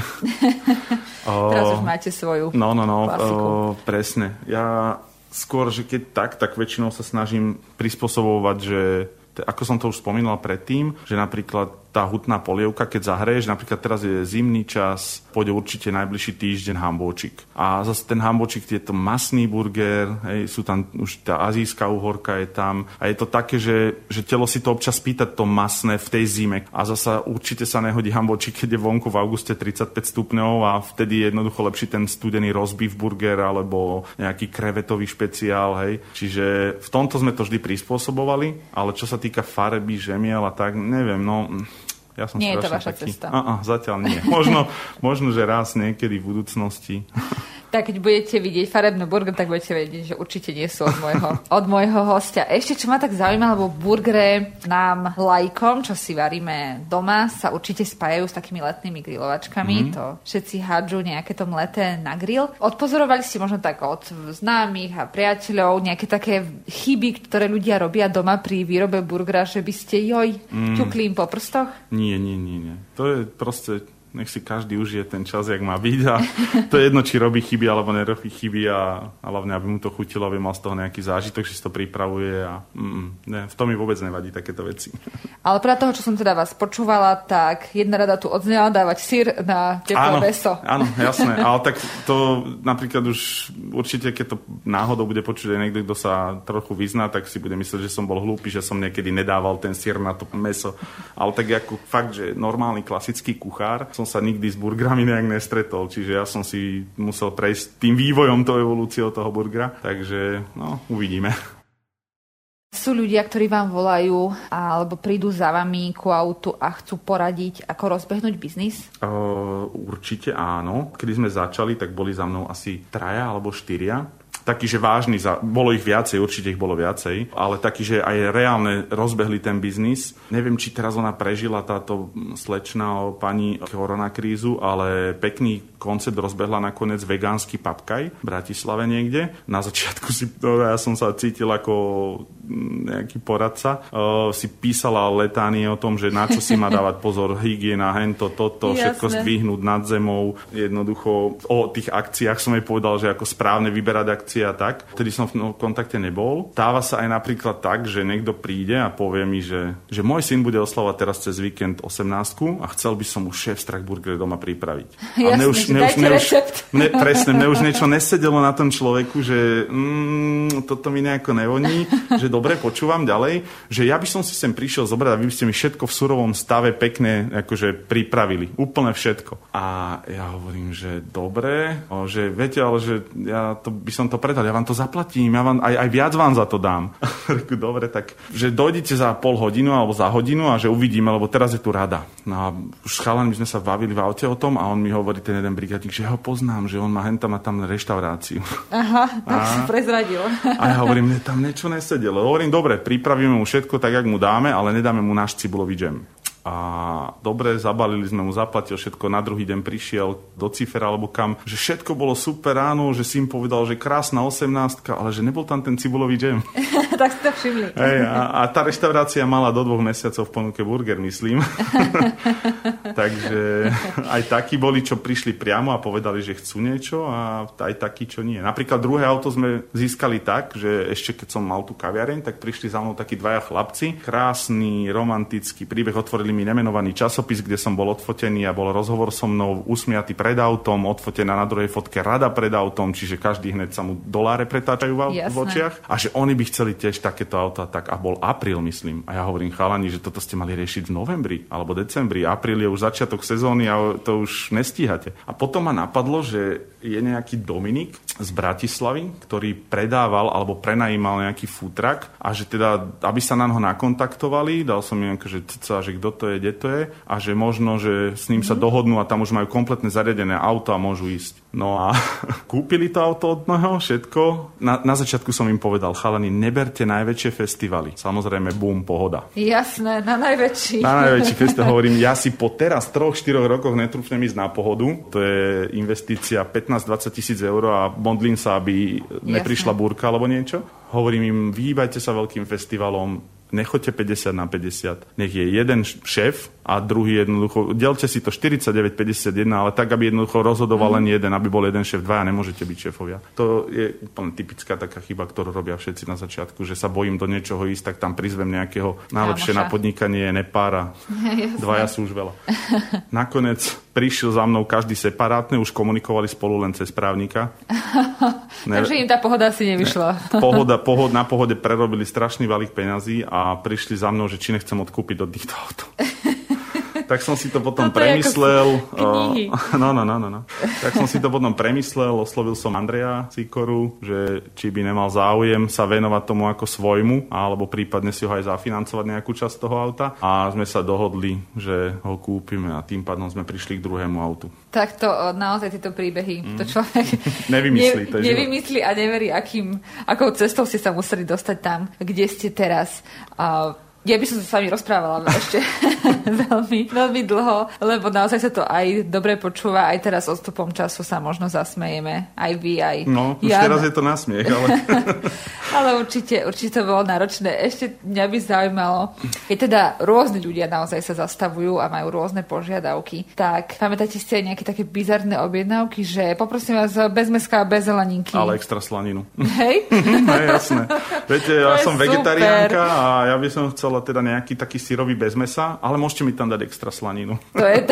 Teraz už máte svoju klasiku. Presne. Ja skôr, že keď tak väčšinou sa snažím prispôsobovať, že ako som to už spomínal predtým, že napríklad tá hutná polievka, keď zahreješ, napríklad teraz je zimný čas, pôjde určite najbližší týždeň hambóčik. A zase ten hambóčik je to masný burger, hej, sú tam už tá azijská uhorka je tam a je to také, že telo si to občas pýta to masné v tej zime. A zasa určite sa nehodí hambóčik, keď je vonku v auguste 35 stupňov a vtedy je jednoducho lepší ten studený rozbív burger alebo nejaký krevetový špeciál, hej. Čiže v tomto sme to vždy prispôsobovali, ale čo sa týka farby, žemiel a tak, neviem, Ja som nie je to vaša taký... cesta. Zatiaľ nie. Možno, že raz niekedy v budúcnosti. Tak keď budete vidieť farebnú burger, tak budete vedieť, že určite nie sú od môjho hostia. Ešte čo ma tak zaujíma, lebo burgery nám laikom, čo si varíme doma, sa určite spájajú s takými letnými grilovačkami. To všetci hádžu nejaké to mleté na grill. Odpozorovali ste možno tak od známych a priateľov nejaké také chyby, ktoré ľudia robia doma pri výrobe burgera, že by ste ťukli im po prstoch? Nie. To je proste... Nech si každý užije ten čas, jak má byť a to je jedno, či robí chyby alebo nerobí chyby a hlavne, aby mu to chutilo, aby mal z toho nejaký zážitok, že si to pripravuje a v tom mi vôbec nevadí takéto veci. Ale podľa toho, čo som teda vás počúvala, tak jedna rada tu odznela dávať syr na teplé mäso. Áno, jasné, ale tak to napríklad už určite, keď to náhodou bude počuť aj niekto, kto sa trochu vyzná, tak si bude myslieť, že som bol hlúpy, že som niekedy nedával ten syr na to mäso. Ale tak ako fakt, že normálny klasický kuchár som sa nikdy s burgerami nejak nestretol, čiže ja som si musel prejsť tým vývojom, tou evolúciou toho burgera, takže uvidíme. Sú ľudia, ktorí vám volajú alebo prídu za vami ku autu a chcú poradiť, ako rozbehnúť biznis? Určite áno. Kedy sme začali, tak boli za mnou asi 3 alebo 4. Taký, že vážny, bolo ich viacej, určite ich bolo viacej, ale taký, že aj reálne rozbehli ten biznis. Neviem, či teraz ona prežila táto slečná pani koronakrízu, ale pekný koncept rozbehla nakoniec vegánsky papkaj v Bratislave niekde. Na začiatku ja som sa cítil ako nejaký poradca. Si písala letánie o tom, že na čo si má dávať pozor, hygiena, hento, toto, všetko zdvihnúť nad zemou. Jednoducho o tých akciách som jej povedal, že ako správne vyberať akcie a tak. Vtedy som v kontakte nebol. Stáva sa aj napríklad tak, že niekto príde a povie mi, že môj syn bude oslavovať teraz cez víkend 18 a chcel by som už šéfstrach burger doma pripraviť. A mne už niečo nesedelo na tom človeku, že toto mi nejako nevoní, že dobre, počúvam ďalej, že ja by som si sem prišiel zobrať a vy by ste mi všetko v surovom stave pekne akože pripravili. Úplne všetko. A ja hovorím, že dobre, že viete, ale že ja by som to predal, ja vám to zaplatím, ja vám aj viac vám za to dám. Dobre, tak že dojdete za pol hodinu alebo za hodinu a že uvidíme, lebo teraz je tu rada. No a už s chalami sme sa bavili v aute o tom a on mi hovorí, ten jeden brigadník, že ja ho poznám, že on má tam reštauráciu. Aha, tak si prezradil. A ja hovorím, mne tam niečo nesedelo. Hovorím, dobre, pripravíme mu všetko tak, jak mu dáme, ale nedáme mu náš cibulový džem. A dobre, zabalili sme mu, zaplatil všetko, na druhý deň prišiel do Cifera alebo kam, že všetko bolo super, áno, že si im povedal, že krásna 18, ale že nebol tam ten cibulový džem. Tak si to všimli. A tá reštaurácia mala do 2 mesiacov v ponuke burger, myslím. Takže aj takí boli, čo prišli priamo a povedali, že chcú niečo a aj takí, čo nie. Napríklad druhé auto sme získali tak, že ešte keď som mal tú kaviareň, tak prišli za mnou takí 2 chlapci. Krásny, romantický príbeh, otvorili mi nemenovaný časopis, kde som bol odfotený a bol rozhovor so mnou usmiatý pred autom, odfotená na druhej fotke rada pred autom, čiže každý hneď sa mu doláre pretáčajú v očiach a že oni by chceli tiež takéto auta, tak a bol apríl, myslím. A ja hovorím, chalani, že toto ste mali riešiť v novembri alebo decembri. Apríl je už začiatok sezóny a to už nestíhate. A potom ma napadlo, že je nejaký Dominik z Bratislavy, ktorý predával alebo prenajímal nejaký food truck a že teda, aby sa na ho nakontaktovali, dal som im že kto to je, kde to je a že možno, že s ním sa dohodnú a tam už majú kompletne zariadené auto a môžu ísť. No a kúpili to auto od neho, všetko. Na začiatku som im povedal, chalani, neberte najväčšie festivaly. Samozrejme, boom, pohoda. Jasné, na najväčší. Na najväčší festival hovorím, ja si po teraz 3-4 rokoch netrúfnem ísť na pohodu. To je investícia 15-20 tisíc eur a modlím sa, aby neprišla búrka alebo niečo. Hovorím im, vyhýbajte sa veľkým festivalom, nechoďte 50/50. Nech je jeden šéf a druhý jednoducho, delte si to 49/51, ale tak, aby jednoducho rozhodoval len jeden, aby bol jeden šéf, dvaja nemôžete byť šéfovia. To je úplne typická taká chyba, ktorú robia všetci na začiatku, že sa bojím do niečoho ísť, tak tam prizvem nejakého najlepšie na podnikanie nepára. Dvaja sú už veľa. Nakoniec prišiel za mnou každý separátne, už komunikovali spolu len cez právnika. Takže im tá pohoda si nevyšla. Na pohode prerobili strašný balík peňazí a prišli za mnou, že či nechcem odkúpiť od týchto aut. Tak som si to potom premyslel. No. Tak som si to potom premyslel, oslovil som Andreja Sikoru, že či by nemal záujem sa venovať tomu ako svojmu, alebo prípadne si ho aj zafinancovať nejakú časť toho auta. A sme sa dohodli, že ho kúpime a tým pádom sme prišli k druhému autu. Tak to naozaj tieto príbehy to človek nevymyslí a neverí, akou cestou ste sa museli dostať tam, kde ste teraz. Ja by som sa s vami rozprávala ešte veľmi, veľmi dlho, lebo naozaj sa to aj dobre počúva, aj teraz odstupom času sa možno zasmejeme, aj vy, aj No, už Jan. Teraz je to nasmiech, ale... Ale určite to bolo náročné. Ešte mňa by zaujímalo, keď teda rôzni ľudia naozaj sa zastavujú a majú rôzne požiadavky, tak pamätáte si aj nejaké také bizarné objednávky, že poprosím vás bez mäska a bez zeleninky. Ale extra slaninu. Hej? No, jasné. Viete, ja som vegetariánka a ja by som chcela teda nejaký taký syrový bez mesa, ale môžete mi tam dať extra slaninu. To je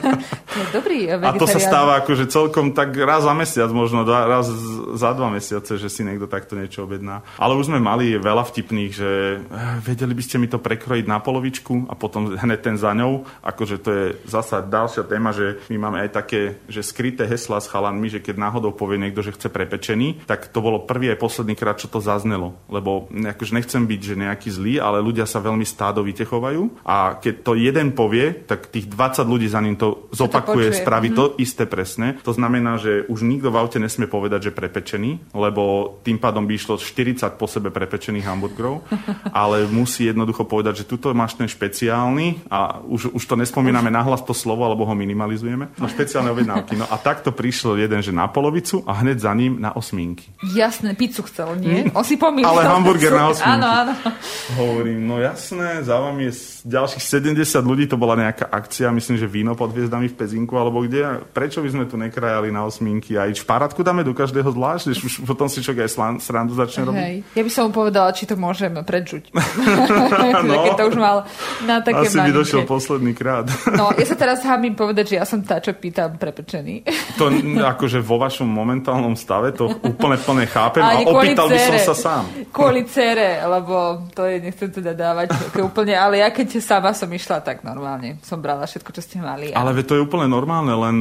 dobrý vegetarián. A to sa stáva akože celkom tak raz za mesiac, možno raz za 2 mesiace, že si niekto takto niečo objedná. Ale už sme mali veľa vtipných, že vedeli by ste mi to prekrojiť na polovičku a potom hneď ten za ňou. Akože to je zasa ďalšia téma, že my máme aj také, že skryté heslá s chalanmi, že keď náhodou povie niekto, že chce prepečený, tak to bolo prvý aj posledný krát, čo to zaznelo. Lebo akože nechcem byť, že nejaký zlý, ale ľudia sa veľmi stádovite chovajú a keď to jeden povie, tak tých 20 ľudí za ním to zopakuje, spraví to isté presne. To znamená, že už nikto v aute nesmie povedať, že prepečený, lebo tým pádom by išlo 40 po sebe prepečených hamburgerov, ale musí jednoducho povedať, že tuto máš ten špeciálny a už to nespomíname nahlas to slovo, alebo ho minimalizujeme. No špeciálne objednávky. No a takto prišiel jeden, že na polovicu a hneď za ním na osminky. Jasné, pizzu chcel, nie? On si pomýlil. Ale hamburger na osminky. Áno. Hovorím, no jasné, za vami je ďalších 70 ľudí, to bola nejaká akcia, myslím, že víno pod hviezdami v Pezinku, alebo kde. Prečo by sme tu nekrajali na osminky? Aj šparátku dáme do každého zvlášť, už potom si človek aj srandu začne robiť. Hej. Ja by som mu povedala, či to môžem predžuť. No, keď to už mal na také asi by došiel posledný krát. No, ja sa teraz hábim povedať, že ja som tá, čo pýtam prepečený. To akože vo vašom momentálnom stave to úplne plne chápem a opýtal by som sa sám. Kvôli dcere, lebo to je, nechcem teda dávať úplne, ale ja keď sama som išla, tak normálne som brala všetko, čo ste mali. Ale to je úplne normálne, len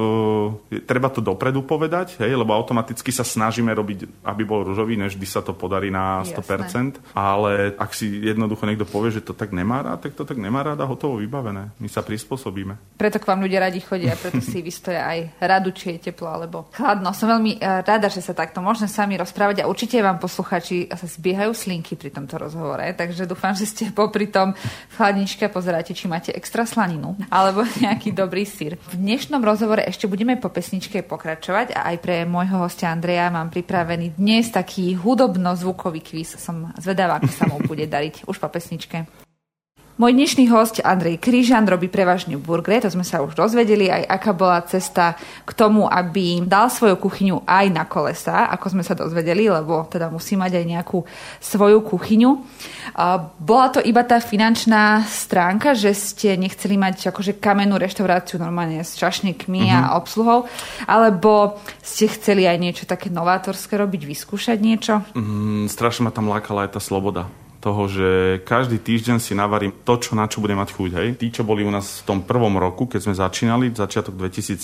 treba to dopredu povedať, hej, lebo automaticky sa snažíme robiť, aby bol ružový, než by sa to podarí na 100%. Jasné. Ale ak si jednoducho niekto povie, že to tak nemá rád, tak to tak nemá rád a hotovo vybavené. My sa prispôsobíme. Preto k vám ľudia radi chodia, preto si vystoja aj radu, či je teplo alebo chladno. Som veľmi rada, že sa takto môžeme s vami rozprávať a určite vám posluchači sa zbiehajú slinky pri tomto rozhovore, takže dúfam, že ste popri tom v chladničke pozeráte, či máte extra slaninu alebo nejaký dobrý syr. V dnešnom rozhovore ešte budeme po pesničke pokračovať a aj pre môjho hostia Andreja mám pripravený dnes taký hudobno-zvukový kvíz. Som zvedavá, ako sa mu bude dariť už po pesničke. Môj dnešný host Andrej Kryžan robí prevažne burgery, to sme sa už dozvedeli, aj aká bola cesta k tomu, aby dal svoju kuchyňu aj na kolesa, ako sme sa dozvedeli, lebo teda musí mať aj nejakú svoju kuchyňu. Bola to iba tá finančná stránka, že ste nechceli mať akože kamennú reštauráciu normálne s čašníkmi a obsluhou, alebo ste chceli aj niečo také novátorské robiť, vyskúšať niečo? Strašne ma tam lákala aj tá sloboda toho, že každý týždeň si navarím to, na čo budem mať chuť. Hej. Tí, čo boli u nás v tom prvom roku, keď sme začínali, začiatok 2017,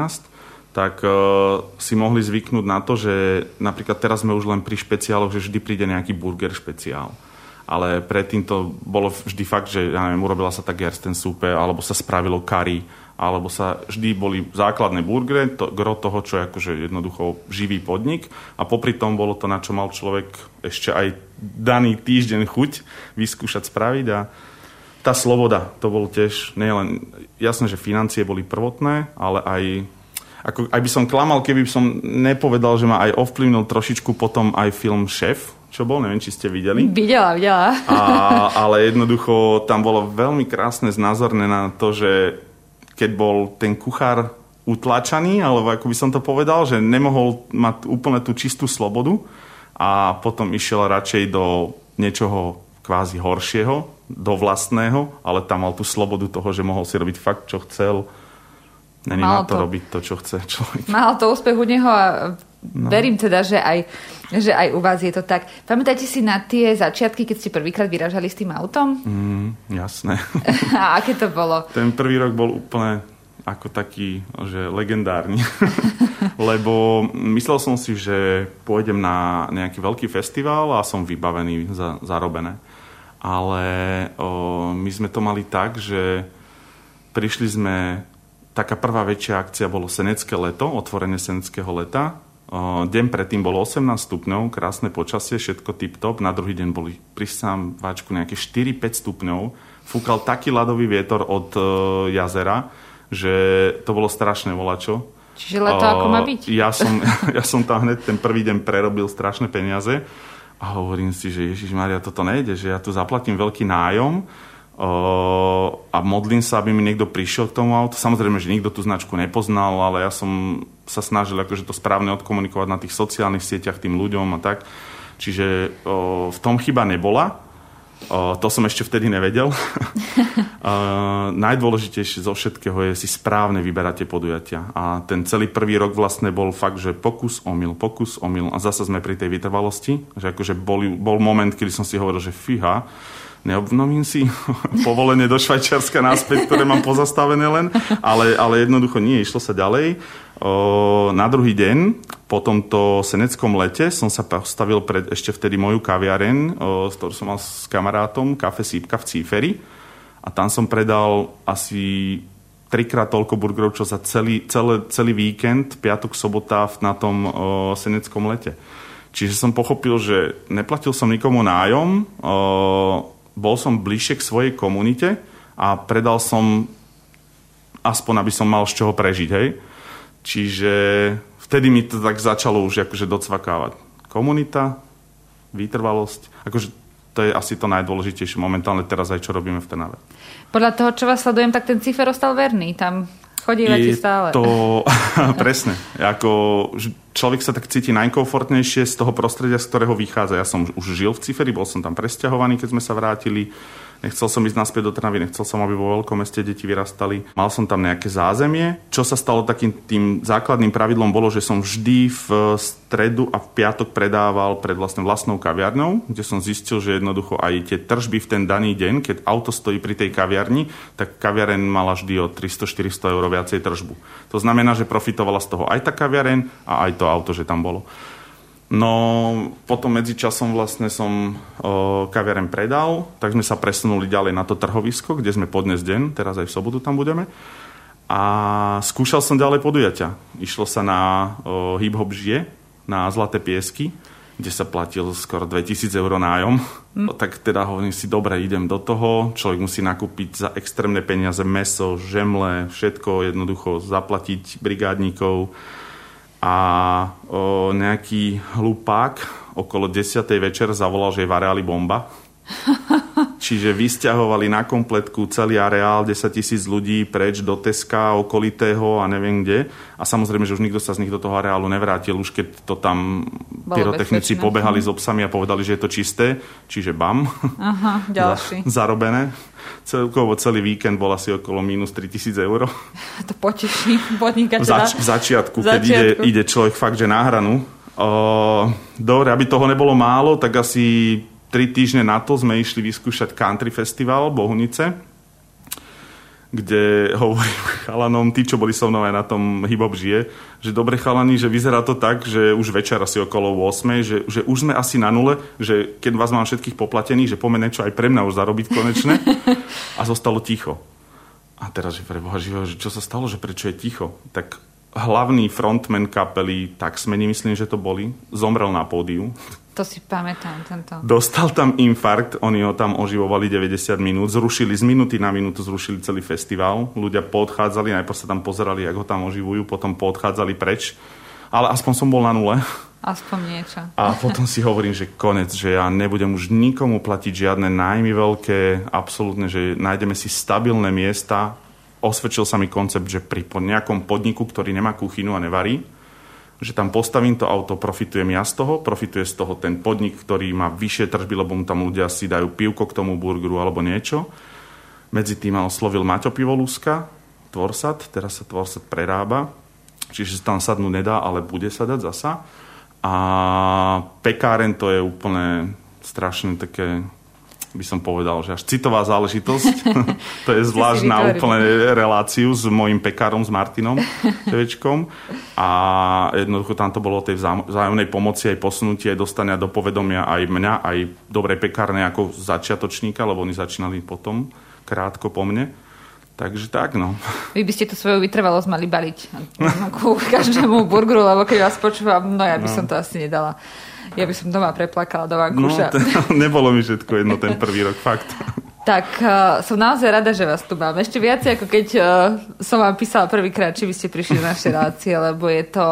tak si mohli zvyknúť na to, že napríklad teraz sme už len pri špeciáloch, že vždy príde nejaký burger špeciál. Ale predtým to bolo vždy fakt, že ja neviem, urobila sa tá gerstensúpe, alebo sa spravilo curry, alebo sa vždy boli základné burgery, gro toho, čo je akože jednoducho živý podnik a popri tom bolo to, na čo mal človek ešte aj daný týždeň chuť vyskúšať spraviť a tá sloboda, to bol tiež nielen, jasné, že financie boli prvotné, ale aj by som klamal, keby som nepovedal, že ma aj ovplyvnil trošičku potom aj film Šéf, čo bol, neviem, či ste videli. Videla. Ale jednoducho tam bolo veľmi krásne znázorné na to, že keď bol ten kuchár utlačaný, alebo ako by som to povedal, že nemohol mať úplne tú čistú slobodu a potom išiel radšej do niečoho kvázi horšieho, do vlastného, ale tam mal tú slobodu toho, že mohol si robiť fakt, čo chcel. Nemá to robiť to, čo chce človek. Mal to úspech u neho a verím teda, že aj u vás je to tak. Pamätáte si na tie začiatky, keď ste prvýkrát vyrážali s tým autom? Jasné. A aké to bolo? Ten prvý rok bol úplne ako taký, že legendárny. Lebo myslel som si, že pôjdem na nejaký veľký festival a som vybavený zarobené. Ale my sme to mali tak, že prišli sme, taká prvá väčšia akcia bolo Senecké leto, otvorenie Seneckého leta. Deň predtým bolo 18 stupňov, krásne počasie, všetko tip-top. Na druhý deň boli pri sámváčku nejaké 4-5 stupňov. Fúkal taký ľadový vietor od jazera, že to bolo strašné volačo. Čiže leto ako má byť? Ja som tam hneď ten prvý deň prerobil strašné peniaze a hovorím si, že Ježišmaria, toto nejde, že ja tu zaplatím veľký nájom a modlím sa, aby mi niekto prišiel k tomu autu. Samozrejme, že nikto tú značku nepoznal, ale ja som sa snažil akože to správne odkomunikovať na tých sociálnych sieťach tým ľuďom a tak. Čiže v tom chyba nebola. To som ešte vtedy nevedel. Najdôležitejšie zo všetkého je si správne vyberať tie podujatia. A ten celý prvý rok vlastne bol fakt, že pokus, omyl. A zase sme pri tej vytrvalosti. Že akože bol moment, kedy som si hovoril, že fíha, neobnovím si povolenie do Švajčiarska naspäť, ktoré mám pozastavené len. Ale jednoducho nie, išlo sa ďalej. Na druhý deň, po tomto seneckom lete, som sa postavil pred ešte vtedy moju kaviareň, s ktorou som mal s kamarátom, Kafe Sípka v Cíferi. A tam som predal asi 3-krát toľko burgerov, čo za celý víkend, piatok, sobota na tom seneckom lete. Čiže som pochopil, že neplatil som nikomu nájom, bol som bližšie k svojej komunite a predal som aspoň, aby som mal z čoho prežiť, hej. Čiže vtedy mi to tak začalo už akože docvakávať. Komunita, vytrvalosť, akože to je asi to najdôležitejšie momentálne teraz aj, čo robíme v Trnave. Podľa toho, čo vás sledujem, tak ten Cífer ostal verný, tam chodívate stále. To presne. Ako človek sa tak cíti najkomfortnejšie z toho prostredia, z ktorého vychádza. Ja som už žil v Cíferi, bol som tam presťahovaný, keď sme sa vrátili. Nechcel som ísť naspäť do Trnavy, nechcel som, aby vo veľkom meste deti vyrastali. Mal som tam nejaké zázemie. Čo sa stalo takým tým základným pravidlom bolo, že som vždy v stredu a v piatok predával pred vlastnou kaviarňou, kde som zistil, že jednoducho aj tie tržby v ten daný deň, keď auto stojí pri tej kaviarni, tak kaviareň mala vždy o 300-400 eur viacej tržbu. To znamená, že profitovala z toho aj tá kaviareň a aj to auto, že tam bolo. No, potom medzičasom vlastne som kaviareň predal, tak sme sa presunuli ďalej na to trhovisko, kde sme po dnes deň, teraz aj v sobotu tam budeme. A skúšal som ďalej podujatia. Išlo sa na Hip Hop žije, na Zlaté piesky, kde sa platil skoro 2000 eur nájom. Tak teda hovorím si, dobre, idem do toho. Človek musí nakúpiť za extrémne peniaze mäso, žemle, všetko jednoducho zaplatiť brigádnikov. A nejaký hlupák okolo 10. večer zavolal, že je v areáli bomba. Čiže vysťahovali na kompletku celý areál, 10 000 ľudí preč do Teska, okolitého a neviem kde. A samozrejme, že už nikto sa z nich do toho areálu nevrátil, už keď to tam pyrotechnici pobehali s obsami a povedali, že je to čisté. Čiže bam. Aha, ďalší. Zarobené. Celkovo celý víkend bol asi okolo minus 3000 eur. To poteší podnikateľa. V začiatku, keď ide človek fakt, že na hranu. Dobre, aby toho nebolo málo, tak asi 3 týždne na to sme išli vyskúšať country festival Bohunice, kde hovorím chalanom, tí, čo boli so mnou aj na tom Hip Hop žije, že dobre chalani, že vyzerá to tak, že už večer asi okolo 8, že už sme asi na nule, že keď vás mám všetkých poplatených, že poďme niečo aj pre mňa už zarobiť konečne. A zostalo ticho. A teraz, že preboha živého, že čo sa stalo, že prečo je ticho? Tak hlavný frontman kapely, tak sme nemyslím, že to boli, zomrel na pódiu. To si pamätám, tento. Dostal tam infarkt, oni ho tam oživovali 90 minút, zrušili z minúty na minútu, zrušili celý festival. Ľudia poodchádzali, najprv sa tam pozerali, ako ho tam oživujú, potom poodchádzali preč. Ale aspoň som bol na nule. Aspoň niečo. A potom si hovorím, že konec, že ja nebudem už nikomu platiť žiadne nájmy veľké, absolútne, že nájdeme si stabilné miesta. Osvedčil sa mi koncept, že pri nejakom podniku, ktorý nemá kuchynu a nevarí, že tam postavím to auto, profitujem ja z toho, profituje z toho ten podnik, ktorý má vyššie tržby, lebo mu tam ľudia si dajú pivko k tomu burgeru alebo niečo. Medzi tým ma oslovil Maťo Pivolúska, Tvorsat, teraz sa Tvorsat prerába. čiže tam sadnúť nedá, ale bude sa dať zasa. A pekáren to je úplne strašne také, by som povedal, že až citová záležitosť. To je zvlášť na úplne reláciu s mojím pekárom, s Martinom Ševečkom. A jednoducho tam to bolo o tej vzájomnej pomoci, aj posunutie, aj dostania do povedomia aj mňa, aj dobrej pekárne ako začiatočníka, lebo oni začínali potom, krátko po mne. Takže tak, no. Vy by ste tú svoju vytrvalosť mali baliť ku každému burgeru, lebo keď vás počúvam, no ja by som to asi nedala. Ja by som doma preplakala do vankúša. No, nebolo mi všetko jedno ten prvý rok, fakt. Tak som naozaj rada, že vás tu mám. Ešte viac, ako keď som vám písala prvýkrát, či by ste prišli do našej relácie, lebo je to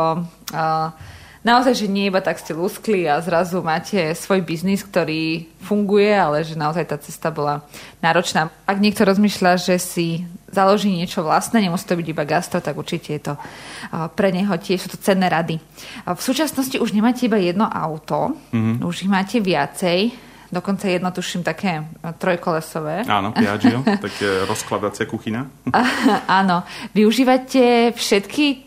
naozaj, že nie iba tak ste luskli a zrazu máte svoj biznis, ktorý funguje, ale že naozaj tá cesta bola náročná. Ak niekto rozmýšľa, že si založí niečo vlastné, nemusí to byť iba gastro, tak určite je to pre neho tiež, sú to cenné rady. V súčasnosti už nemáte iba jedno auto, už ich máte viacej, dokonca jedno, tuším, také trojkolesové. Áno, Piaggio, také rozkladacia kuchyňa. Áno. Využívate všetky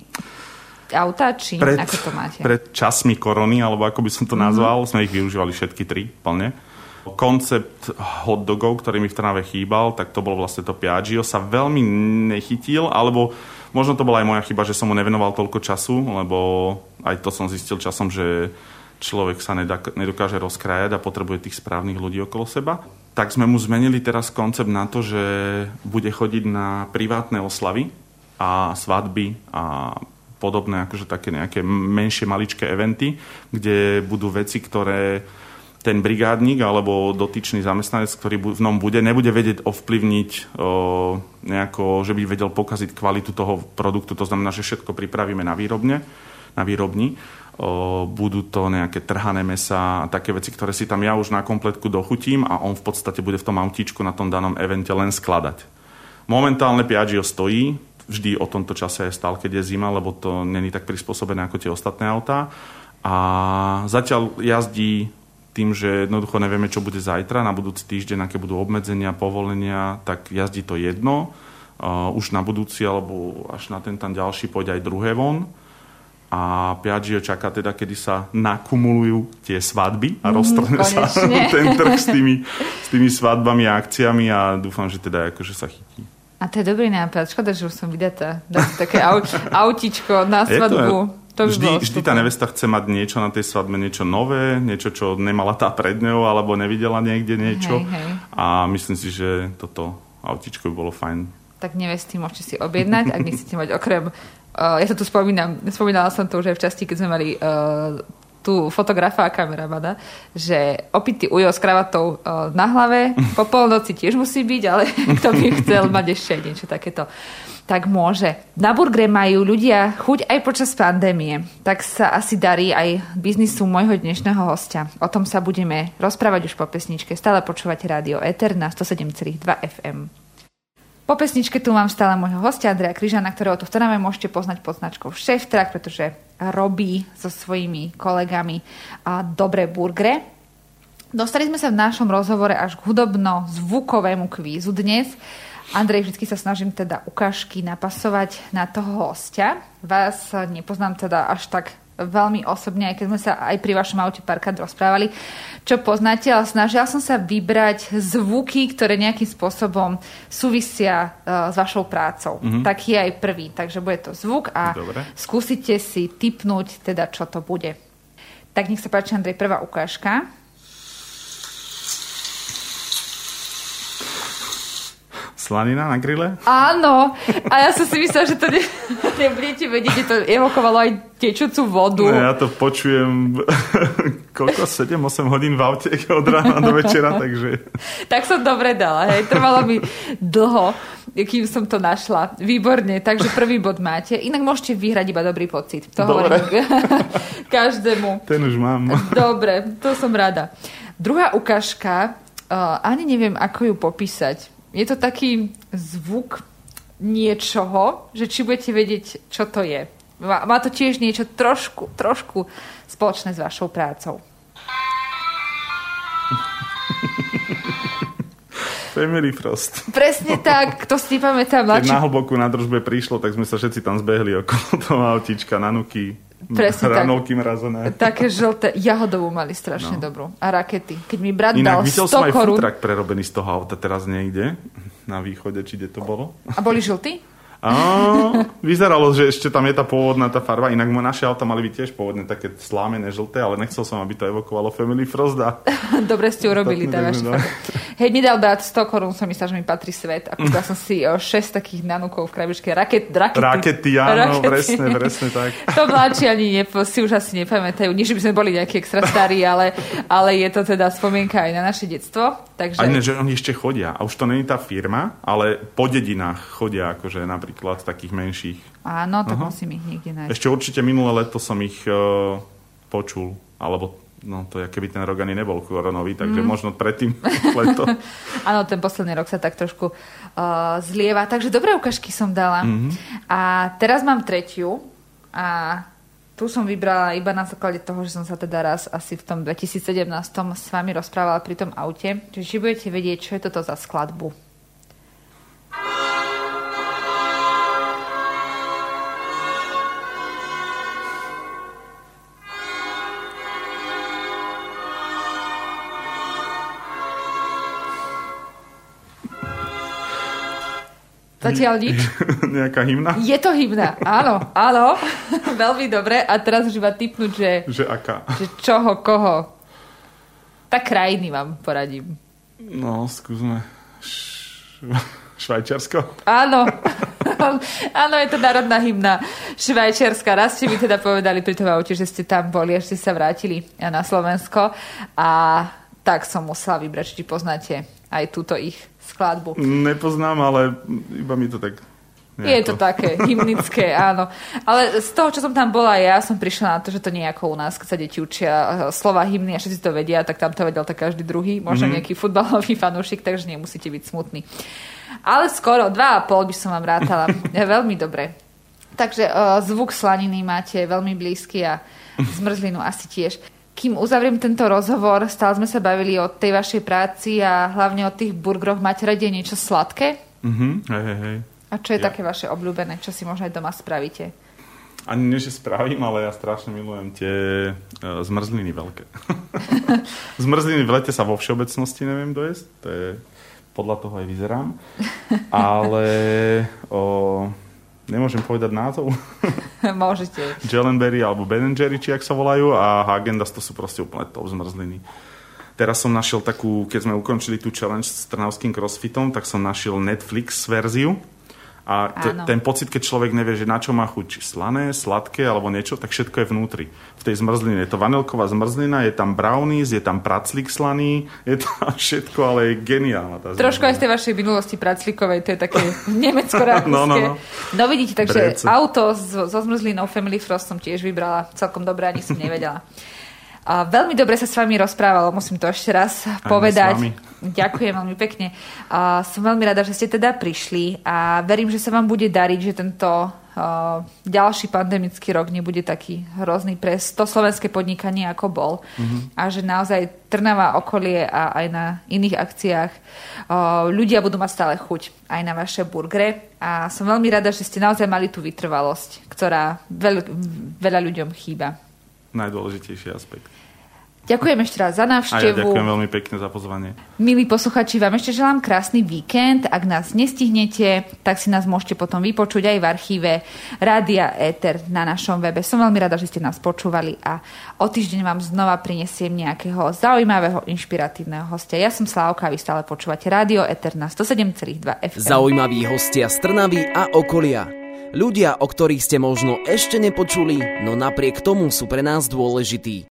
autá, či ako to máte? Pred časmi korony, alebo ako by som to nazval, sme ich využívali všetky tri plne. Koncept hotdogov, ktorý mi v Trnave chýbal, tak to bolo vlastne to Piaggio, sa veľmi nechytil, alebo možno to bola aj moja chyba, že som mu nevenoval toľko času, lebo aj to som zistil časom, že človek sa nedokáže rozkrájať a potrebuje tých správnych ľudí okolo seba. Tak sme mu zmenili teraz koncept na to, že bude chodiť na privátne oslavy a svadby a podobné, akože také nejaké menšie maličké eventy, kde budú veci, ktoré ten brigádnik alebo dotyčný zamestnanec, ktorý v ňom bude, nebude vedieť ovplyvniť nejako, že by vedel pokaziť kvalitu toho produktu. To znamená, že všetko pripravíme na výrobni. Budú to nejaké trhané mäsa a také veci, ktoré si tam ja už na kompletku dochutím a on v podstate bude v tom autíčku na tom danom evente len skladať. Momentálne Piaggio stojí, vždy o tomto čase je stále, keď je zima, lebo to není tak prispôsobené ako tie ostatné autá. A zatiaľ jazdí tým, že jednoducho nevieme, čo bude zajtra, na budúci týždeň, aké budú obmedzenia, povolenia, tak jazdí to jedno. Už na budúci, alebo až na ten tam ďalší pôjde aj druhé von. A Piaggio čaká teda, kedy sa nakumulujú tie svadby a roztrhne sa ten trh s tými svadbami a akciami a dúfam, že teda akože sa chytí. A to je dobrý nápad. Škoda, že už som vydatá. Dá si také autičko na svadbu. Vždy tá nevesta chce mať niečo na tej svadbe, niečo nové, niečo, čo nemala tá pred ňou, alebo nevidela niekde niečo. Hej. A myslím si, že toto autičko by bolo fajn. Tak nevesty môžete si objednať, ak nechcete mať okrem... ja sa tu spomínala som to už aj v časti, keď sme mali... tu fotografa a kameramana, že opitý ujo s kravatou na hlave po polnoci tiež musí byť, ale kto by chcel mať ešte niečo takéto, tak môže. Na burgre majú ľudia chuť aj počas pandémie, tak sa asi darí aj biznisu môjho dnešného hostia. O tom sa budeme rozprávať už po pesničke. Stále počúvate Rádio Éter na 107,2 FM. Po pesničke tu mám stále môjho hostia Andreja Kryžana, ktorého tu v Trnave môžete poznať pod značkou Šéftrak, pretože robí so svojimi kolegami dobré burgery. Dostali sme sa v našom rozhovore až k hudobno-zvukovému kvízu dnes. Andrej, vždy sa snažím teda ukážky napasovať na toho hostia. Vás nepoznám teda až tak veľmi osobne, aj keď sme sa aj pri vašom aute párkrát rozprávali, čo poznáte, ale snažila som sa vybrať zvuky, ktoré nejakým spôsobom súvisia s vašou prácou. Taký je aj prvý, takže bude to zvuk a skúsite si tipnúť teda, čo to bude. Tak nech sa páči, Andrej, prvá ukážka. Slanina na grille? Áno. A ja som si myslela, že to nebudete vedieť, že to evokovalo aj tečúcu vodu. No, ja to počujem 7-8 hodín v aute od rána do večera, takže... Tak som dobre dala, hej. Trvalo mi dlho, kým som to našla. Výborne, takže prvý bod máte. Inak môžete vyhrať iba dobrý pocit. To hovorím každému. Ten už mám. Dobre, to som rada. Druhá ukážka, ani neviem, ako ju popísať. Je to taký zvuk niečoho, že či budete vedieť, čo to je. Má to tiež niečo trošku spoločné s vašou prácou. Family Frost. Presne tak, kto si pamätá mladší. Keď na Hlbokú na Družbe prišlo, tak sme sa všetci tam zbehli okolo toho autíčka, nanuky, ranolky mrazené. Také žlté, jahodovú mali strašne dobrú. A rakety. Keď mi brat inak dal 100 korún. Inak videl som aj futrak prerobený z toho auta teraz niekde, na východe, či kde to bolo. A boli žltí? Vyzeralo, že ešte tam je tá pôvodná tá farba, inak naše auta mali byť tiež pôvodné také slámené, žlté, ale nechcel som, aby to evokovalo Family Frost. Dobre ste urobili tá vaša farba. Hej, mi dal brat 100 korún, som myslel, že mi patrí svet a kúpila som si 6 takých nanúkov v krabičke rakety, áno, presne tak. To mladší ani si už asi nepamätajú, nie že by sme boli nejakí extra starí, ale je to teda spomienka aj na naše detstvo. Takže... A že oni ešte chodia, a už to není tá firma, ale po dedinách chodia, akože napríklad takých menších. Áno, tak musím ich niekde nájsť. Ešte určite minulé leto som ich počul, alebo to je, keby ten rok ani nebol koronový, takže možno predtým leto. Áno, ten posledný rok sa tak trošku zlieva. Takže dobré ukážky som dala. A teraz mám tretiu a tu som vybrala iba na základe toho, že som sa teda raz asi v tom 2017 s vami rozprávala pri tom aute. Čiže budete vedieť, čo je toto za skladbu. Zatiaľ nič? Nejaká hymna? Je to hymna, áno. Veľmi dobre. A teraz už iba tipnúť, že... Že aká? Že čoho, koho. Tak krajiny vám poradím. No, skúsme. Švajčiarsko? Áno. Áno, je to národná hymna Švajčiarska. Raz ste mi teda povedali pri tom aute, že ste tam boli, až ste sa vrátili na Slovensko. A tak som musela vybrať, či poznáte aj túto ich skladbu. Nepoznám, ale iba mi to tak... Nejako. Je to také hymnické, áno. Ale z toho, čo som tam bola ja, som prišla na to, že to nie je ako u nás, keď sa deti učia slova hymny a všetci to vedia, tak tam to vedel tak každý druhý, možno nejaký futbalový fanúšik, takže nemusíte byť smutní. Ale skoro 2,5 by som vám rátala. Veľmi dobre. Takže zvuk slaniny máte veľmi blízky a zmrzlinu asi tiež. Kým uzavriem tento rozhovor, stále sme sa bavili o tej vašej práci a hlavne o tých burgeroch. Máte radi niečo sladké? Hej. A čo je také vaše obľúbené? Čo si možno aj doma spravíte? Ani nie, že spravím, ale ja strašne milujem tie zmrzliny veľké. Zmrzliny v lete sa vo všeobecnosti neviem dojesť. To je, podľa toho aj vyzerám. Ale nemôžem povedať názov. Môžete. Jellenberry alebo Ben & Jerry, či ak sa volajú, a Häagen-Dazs, to sú proste úplne top zmrzliny. Teraz som našiel takú, keď sme ukončili tú challenge s trnavským crossfitom, tak som našiel Netflix verziu. A ten pocit, keď človek nevie, že na čo má chuť, slané, sladké alebo niečo, tak všetko je vnútri. V tej zmrzline je to vanilková zmrzlina, je tam brownies, je tam praclík slaný, je tam všetko, ale je geniálna tá zmrzlina. Trošku aj z tej vašej minulosti praclíkovej, to je také nemecko-rakúske. No vidíte, takže auto so zmrzlinou Family Frost som tiež vybrala celkom dobre, ani som nevedela. A veľmi dobre sa s vami rozprávalo, musím to ešte raz povedať. Ďakujem veľmi pekne. Som veľmi rada, že ste teda prišli a verím, že sa vám bude dariť, že tento ďalší pandemický rok nebude taký hrozný pre to slovenské podnikanie, ako bol. A že naozaj Trnava, okolie a aj na iných akciách ľudia budú mať stále chuť aj na vaše burgery. A som veľmi rada, že ste naozaj mali tú vytrvalosť, ktorá veľa ľuďom chýba. Najdôležitejší aspekt. Ďakujem ešte raz za návštevu. A ja ďakujem veľmi pekne za pozvanie. Milí posluchači, vám ešte želám krásny víkend. Ak nás nestihnete, tak si nás môžete potom vypočuť aj v archíve Rádia Éter na našom webe. Som veľmi rada, že ste nás počúvali a o týždeň vám znova prinesiem nejakého zaujímavého, inšpiratívneho hostia. Ja som Slávka a vy stále počúvate Rádio Éter na 107,2 FM. Zaujímaví hostia z Trnavy a okolia. Ľudia, o ktorých ste možno ešte nepočuli, no napriek tomu sú pre nás dôležití.